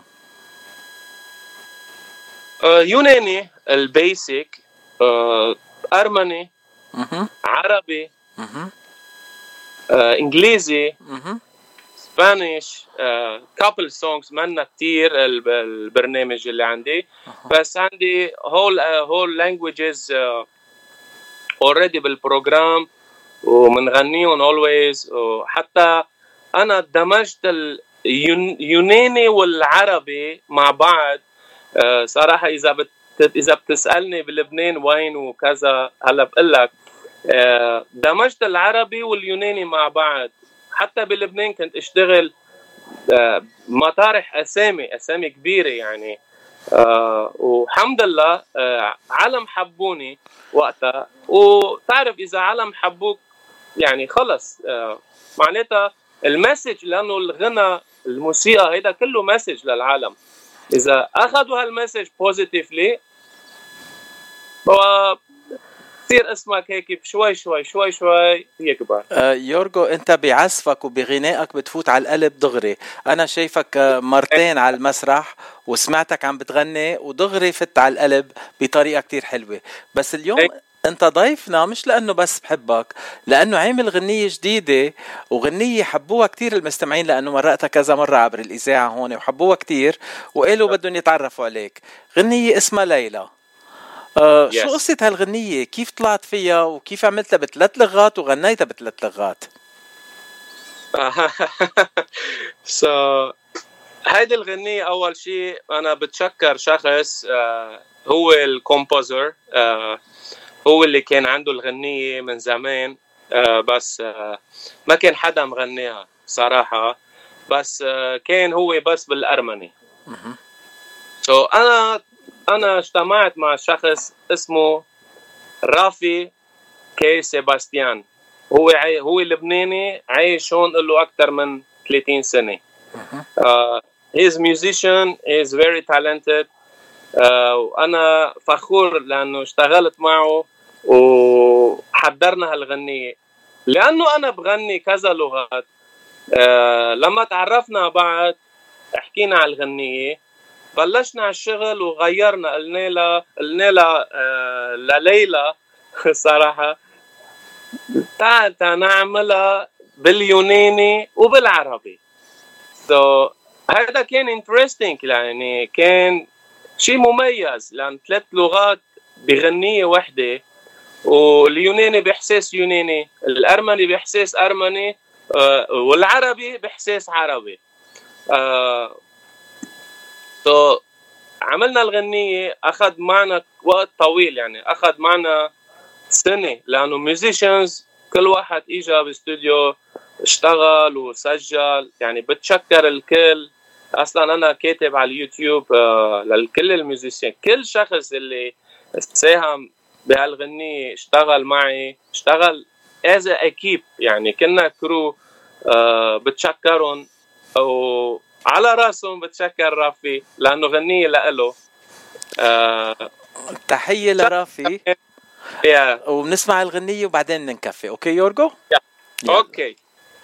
آه يوناني البيسك، آه أرمني، مه. عربي، مه. آه إنجليزي، مه. سبانيش، آه couple songs منا كتير البرنامج اللي عندي. بس عندي whole uh, whole languages uh, already بالبروجرام ومنغنيهم always. وحتى أنا دمجت اليوناني والعربي مع بعض. uh, صراحة إذا بت إذا بتسألني بلبنان وين وكذا هلا بقلك uh, دمجت العربي واليوناني مع بعض. حتى بلبنان كنت اشتغل uh, مطارح أسامي أسامي كبيرة يعني. آه وحمد لله آه علم حبوني وقتها. وتعرف إذا علم حبوك يعني خلص آه معناتها المسج، لأنه الغنى الموسيقى هيدا كله مسج للعالم. إذا أخذوا هالمسج بوزيتيفلي هو تصير اسمك هيك شوي شوي شوي شوي يكبر. آه يورغو انت بعزفك وبغنائك بتفوت على القلب دغري. انا شايفك آه مرتين على المسرح وسمعتك عم بتغني ودغري فت على القلب بطريقة كتير حلوة. بس اليوم أي. انت ضيفنا مش لانه بس بحبك، لانه عامل غنية جديدة وغنية حبوها كتير المستمعين، لانه مرقتها كذا مرة عبر الاذاعة هون وحبوها كتير وقالوا بدهم يتعرفوا عليك. غنية اسمها ليلى. آه yes. شو قصة هالغنية؟ كيف طلعت فيها وكيف عملتها بثلاث لغات وغنيتها بثلاث لغات؟ so, هيدي الغنية أول شيء أنا بتشكر شخص آه هو الكومبوزر، آه هو اللي كان عنده الغنية من زمان، آه بس آه ما كان حدا مغنيها صراحة، بس آه كان هو بس بالأرمني. so, أنا أنا اجتمعت مع شخص اسمه رافي كي سيباستيان. هو عاي... هو لبناني عايش هون له أكثر من ثلاثين سنة. uh, he is musician, he is very talented. uh, وأنا فخور لأنه اشتغلت معه وحضرنا هالغنية لأنه أنا بغني كذا لغات. uh, لما تعرفنا بعض حكينا على الغنية، بلشنا على الشغل وغيرنا. قلنا لها قلنا لها آه لليلى صراحة تعال نعملها باليوناني وبالعربي. so هذا كان interesting يعني كان شيء مميز لأن ثلاث لغات بغنية واحدة، واليوناني بإحساس يوناني، الأرمني بإحساس أرمني، آه والعربي بإحساس عربي. آه So, عملنا الغنية أخذ معنا وقت طويل يعني أخذ معنا سنة لأنه ميوزيشنز كل واحد إجا باستوديو اشتغل وسجل يعني. بتشكر الكل. أصلا أنا كاتب على اليوتيوب آه للكل الميوزيشن، كل شخص اللي ساهم بهالغنية اشتغل معي، اشتغل as a equipe يعني كنا كرو. آه بتشكرهم أو على راسهم بتشكر رافي لأنه غنية لأله. آه تحية لرافي. yeah. وبنسمع الغنية وبعدين ننكفي. أوكي يورغو؟ yeah. أوكي.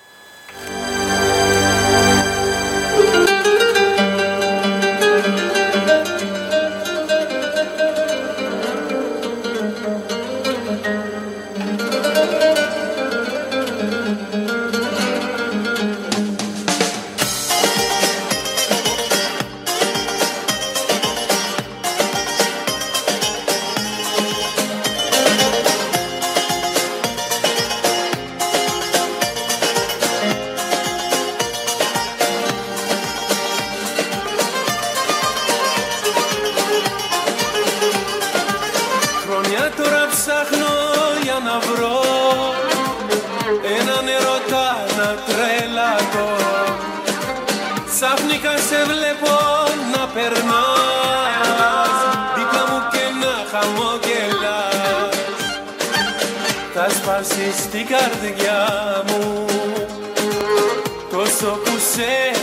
Στη καρδιά μου τόσο που σε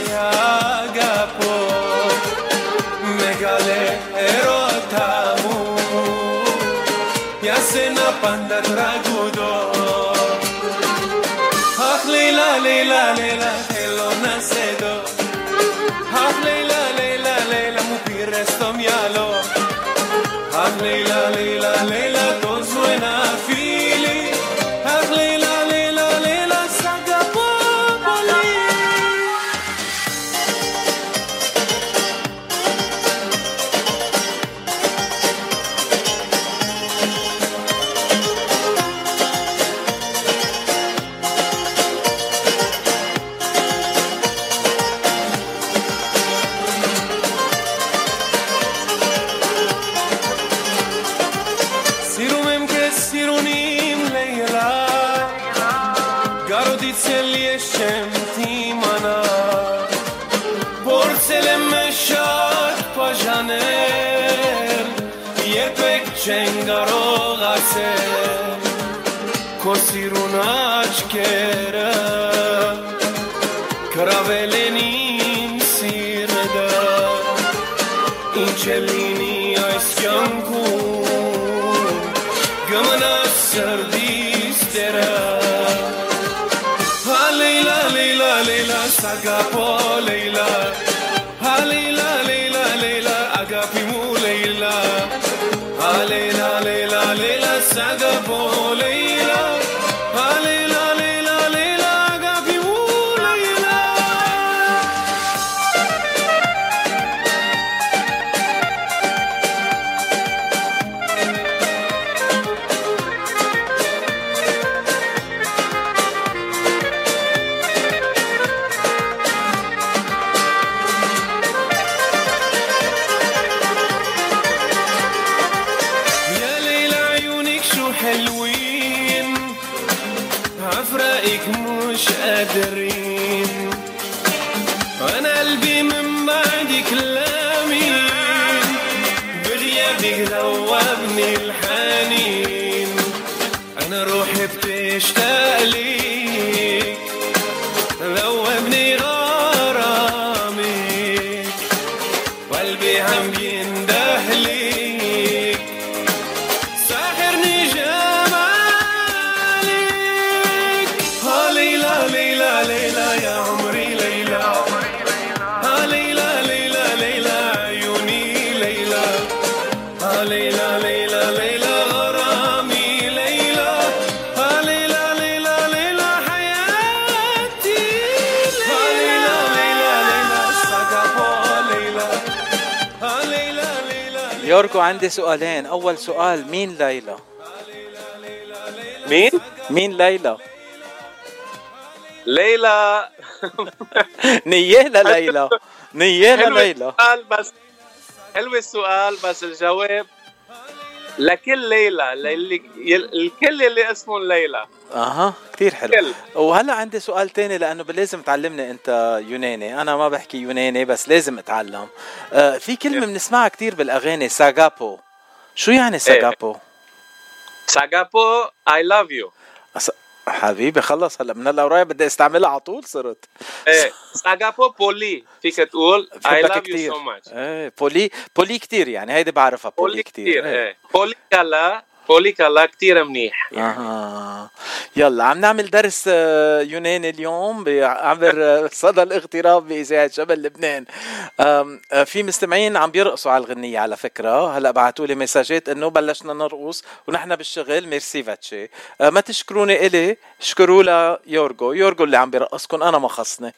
αγαπώ, μεγάλε ερώτα μου. se na panda tragudo Ah Leila Leila Leila hello nasedo Ah Leila Leila Leila mu piresto mialo Ah Leila Leila Leila to suena fili Ah Leila Leila Leila saga popoli Cengaro gase Kosirunach kera Kravelenim sirda Incellini aisyanku Gamana sardistera Ha Leila Leila Leila Sagapo Leila Ha Leila Leila Leila Agapimu Leila Leila, Leila, Leila, Sagapo, Leila. Leila, Leila, Leila, Agapimu, Leila. قادرين وانا قلبي من بعد كلامي بغيابك ذوبني الحنين انا روحي بتشتاق ليك ذوبني غرامك وقلبي عم بينده ليك ساحرني جمالك ها ليلى ليلى ليلى يا عمري ليلى ها ليلى ليلى ليلى عيوني ليلى ها ليلى ليلى ليلى غرامي ليلى ها ليلى ليلى ليلى حياتي ها ليلى ليلى ليلى ساقابو ليلى ها ليلى ليلى يورجو عندي سؤالين. أول سؤال، مين ليلى؟ مين؟ مين ليلى؟ ليلى نيالة ليلى نيالة ليلى. السؤال بس حلو السؤال، بس الجواب لكل ليلى اللي الكل اللي اسمه ليلى. اها كتير حلو كل. وهلا عندي سؤال تاني، لانه لازم تعلمني انت يوناني، انا ما بحكي يوناني بس لازم اتعلم. آه في كلمة بنسمعها كتير بالاغاني، ساغابو. شو يعني ساغابو؟ إيه. ساغابو I love you. أص... حبيبي خلص هلا من هلا ورايح بدي استعملها على طول صرت. ايه ساغابو بولي فيك تقول I love you so much. ايه بولي بولي كتير، يعني هيدي بعرفها بولي, بولي كتير. كتير. ايه بولي كلا بولي كلا كتير منيح. اها يلا عم نعمل درس يوناني اليوم بعبر صدى الاغتراب بإذاعة جبل لبنان. في مستمعين عم بيرقصوا على الغنية على فكرة، هلا بعتوا لي مساجات انه بلشنا نرقص ونحن بالشغل. ميرسي فاتشي، ما تشكروني الي، شكروا لا يورجو. يورجو اللي عم بيرقصكم، انا ما خصني.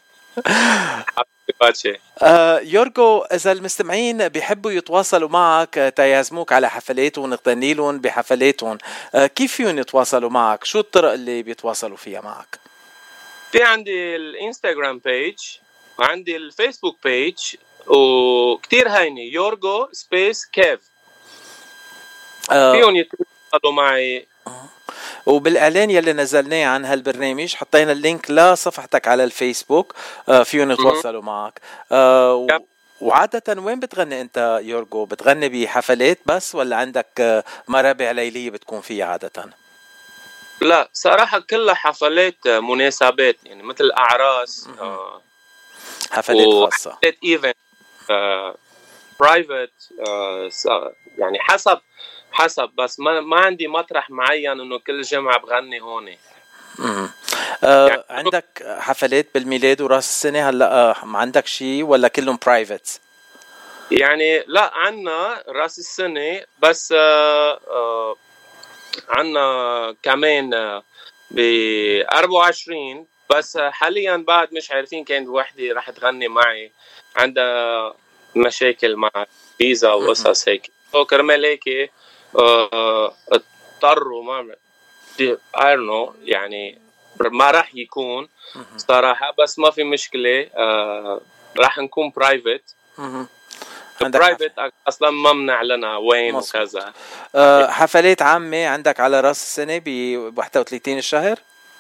آه يورجو، إذا المستمعين بيحبوا يتواصلوا معك تيعزموك على حفلاتهم وتغني لهم بحفلاتهم، آه كيف فيهم يتواصلوا معك؟ شو الطرق اللي بيتواصلوا فيها معك؟ في عندي الانستغرام بيج وعندي الفيسبوك بيج وكتير هيني يورجو سبيس كيف. آه فيهم يتواصلوا معي. وبالإعلان يلي نزلناه عن هالبرنامج حطينا اللينك لصفحتك على الفيسبوك، آه فيهم يتواصلوا معك. آه و... وعادة وين بتغني أنت يورجو؟ بتغني بحفلات بس ولا عندك آه مرابع ليلية بتكون فيها عادة؟ لا صراحة كلها حفلات مناسبات، يعني مثل أعراس، آه حفلات خاصة، حفلات إيفنت، آه برايفت، آه يعني حسب حسب، بس ما, ما عندي مطرح معين انه كل جمعة بغني هون. آه يعني عندك حفلات بالميلاد وراس السنة هلا آه عندك شيء ولا كلهم برايفت؟ يعني لا، عنا راس السنة بس آه آه عنا كمان آه ب أربعة وعشرين، بس حاليا بعد مش عارفين. كانت وحدة رح تغني معي عندها مشاكل مع فيزا وقصص هيك، وكرمال هيك آه اضطروا ما I don't know يعني ما راح يكون صراحة، بس ما في مشكلة. آه راح نكون برايفت. برايفت اصلا ما بنعلنها وين وكذا. أه حفلات عامة عندك على راس السنة ب واحد وثلاثين الشهر؟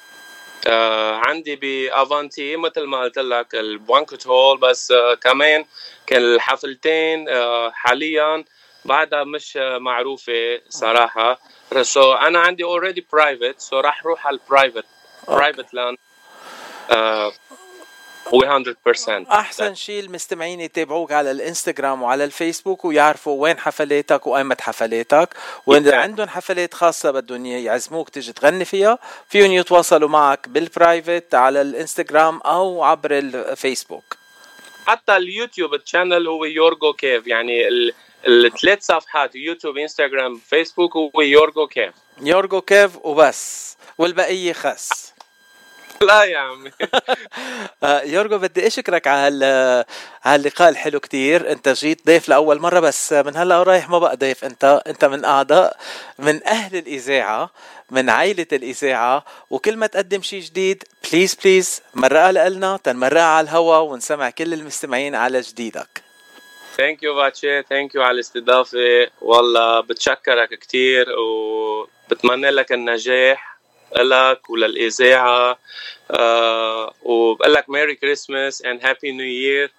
أه عندي بافانتي مثل ما قلت لك البوانكوت هول، بس أه كمان كان الحفلتين أه حاليا بعدها مش معروفة صراحة. سو انا عندي اوريدي برايفت، سو راح روح على البرايفت برايفت لان أه مية بالمية. احسن شيء المستمعين يتابعوك على الانستغرام وعلى الفيسبوك ويعرفوا وين حفلاتك وايمة حفلاتك، واذا عندهم حفلات خاصه بدهم يعزموك تيجي تغني فيها فيهم يتواصلوا معك بالبرايفت على الانستغرام او عبر الفيسبوك. حتى اليوتيوب الشانل هو يورغو كيف، يعني الثلاث صفحات يوتيوب انستغرام فيسبوك هو يورغو كيف. يورغو كيف وبس، والبقيه خس. لا يا عمي. يورغو بدي اشكرك على هاللقاء الحلو كتير. انت جيت ضيف لاول مره، بس من هلا رايح ما بقى ضيف. انت انت من اعضاء من اهل الاذاعه، من عائله الاذاعه، وكل ما تقدم شيء جديد بليز بليز مرقها لنا تنمرقها على الهوا ونسمع كل المستمعين على جديدك. ثانك يو باتشي، ثانك يو على الاستضافه. والله بتشكرك كتير وبتمنى لك النجاح لك وللإذاعة. آه وبقول لك ميري كريسماس اند هابي نيو يير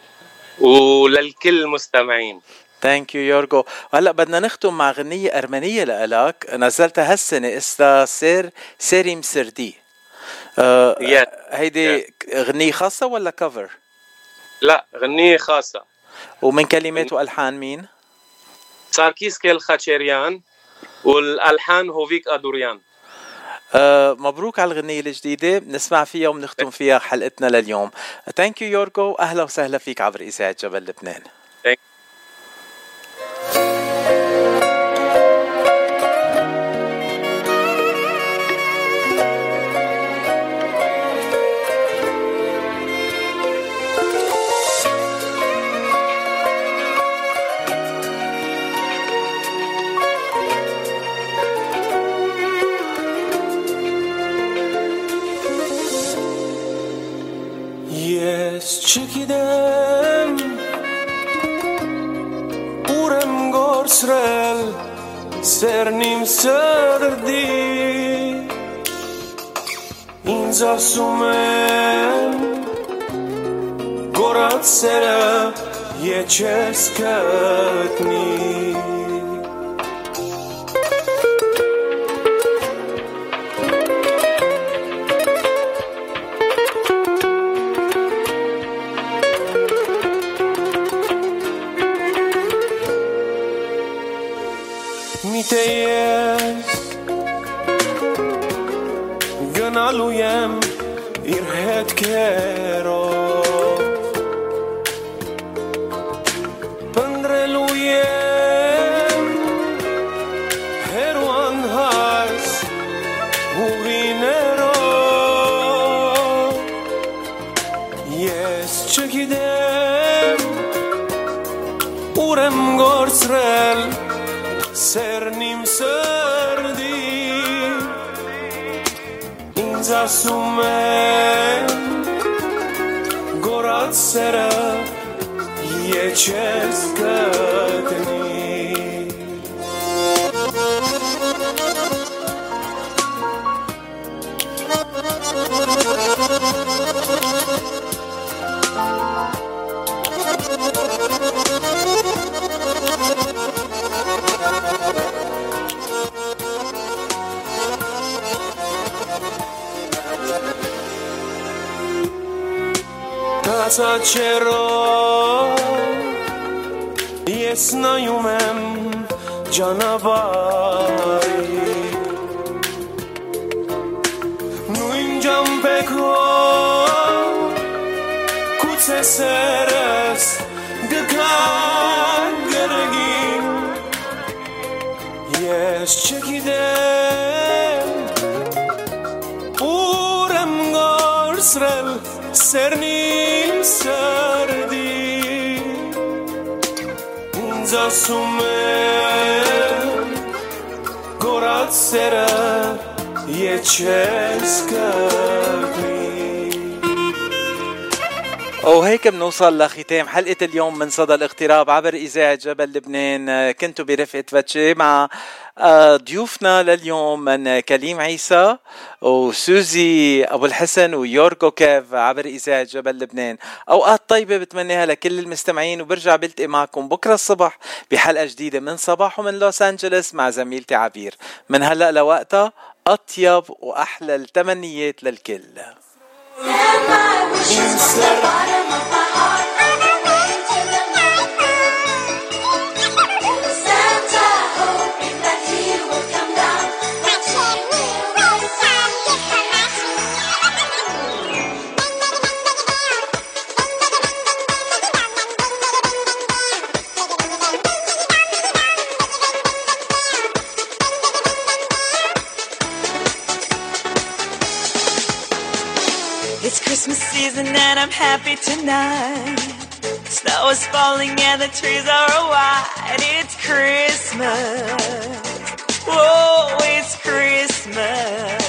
وللكل المستمعين. ثانك يو يورغو. هلا بدنا نختم مع غنية أرمنية لإلك نزلتها هالسنة اسمها سير سيريم سردي. آه yeah. هيدي yeah. غنية خاصة ولا كفر؟ لا، غنية خاصة. ومن كلمات وألحان مين؟ ساركيس كيل خاتشيريان والألحان هوفيك أدوريان. أه مبروك على الغنية الجديدة، بنسمع فيها وبنختم فيها حلقتنا لليوم. ثانك يو يورغو، أهلا وسهلا فيك عبر إذاعة جبل لبنان. Çekidem urem gorsrel sernim sërdi inza sumen gorat sera je českatni Gënalujem irhet kero Pëndrelujem Heruan has Urinero Yes që kidem Urem gorsrel Sernim sërdi Inza sumen Gorat sera Je českatni Casa cero Jesna jumem ճանապարհի նույն ջամբեկով գուցե սերս գկան գրգին ես չգիտեմ ուր եմ գործրել սերն իմ սրդի ինձ ասում եմ գորած սերը ետ չես կգնի. وهيك بنوصل لختام حلقة اليوم من صدى الاغتراب عبر إذاعة جبل لبنان. كنتوا برفقة فتشي مع ضيوفنا لليوم من كليم عيسى وسوزي أبو الحسن ويورغو كيف عبر إذاعة جبل لبنان. أوقات طيبة بتمنيها لكل المستمعين وبرجع بلتقي معكم بكرة الصبح بحلقة جديدة من صباح ومن لوس أنجلس مع زميلتي عبير. من هلأ لوقتها أطيب وأحلى التمنيات للكل. It's Christmas season and I'm happy tonight. Snow is falling and the trees are white. It's Christmas. Whoa, it's Christmas.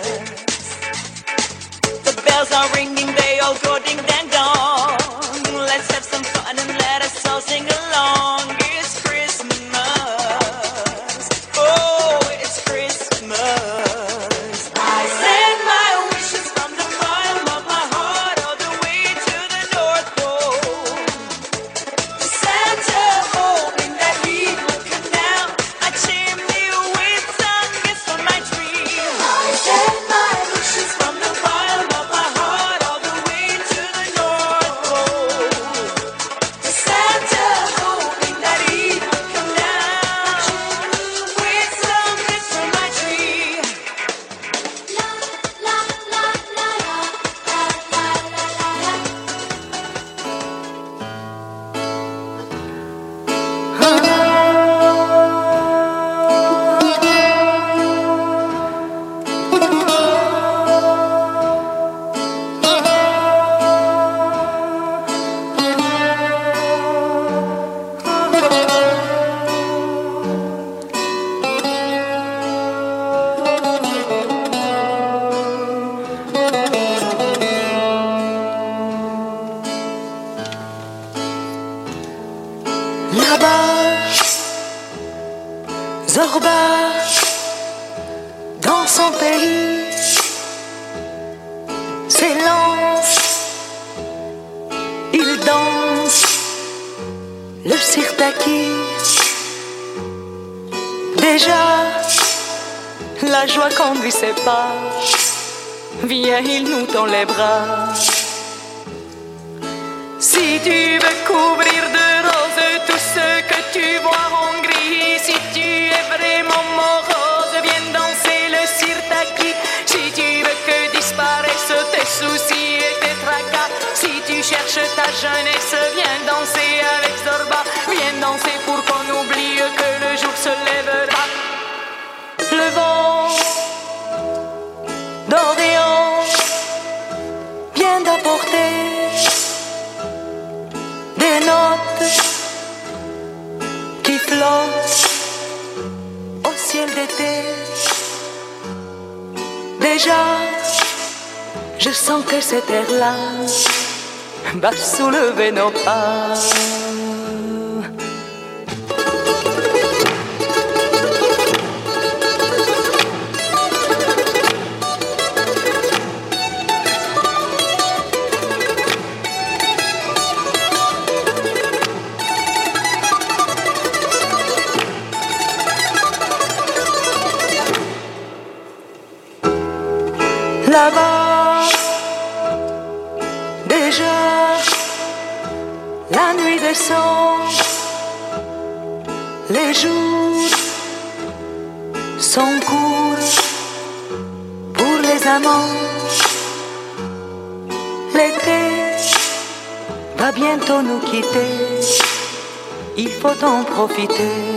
The bells are ringing, they all go ding dang dong. Let's have some fun and let us all sing along. It's Christmas. Oh, it's Christmas. I send my wishes from the bottom of my heart all the way to the North Pole. To Santa, hoping that he will come down my chimney with some gifts for my tree. I send my wishes from the bottom of my heart all the way to the North Pole. To Santa, hoping that he will come down with some gifts for my tree. Là-bas, Zorba, dans son pays, s'élance, il danse, le sirtaki. Déjà, la joie conduit ses pas, viens, il nous tend les bras. Si tu veux couvrir de roses tout ce que tu vois en gris, si tu es vraiment morose, viens danser le sirtaki. Si tu veux que disparaissent tes soucis et tes tracas, si tu cherches ta jeunesse, viens danser avec Zorba. Viens danser pour qu'on oublie que le jour se lèvera. Le vent d'Orient vient d'apporter des notes qui flottent au ciel d'été. Déjà, je sens que cet air-là va soulever nos pas. Là-bas, déjà, la nuit descend, les jours son cours pour les amants. L'été va bientôt nous quitter, il faut en profiter.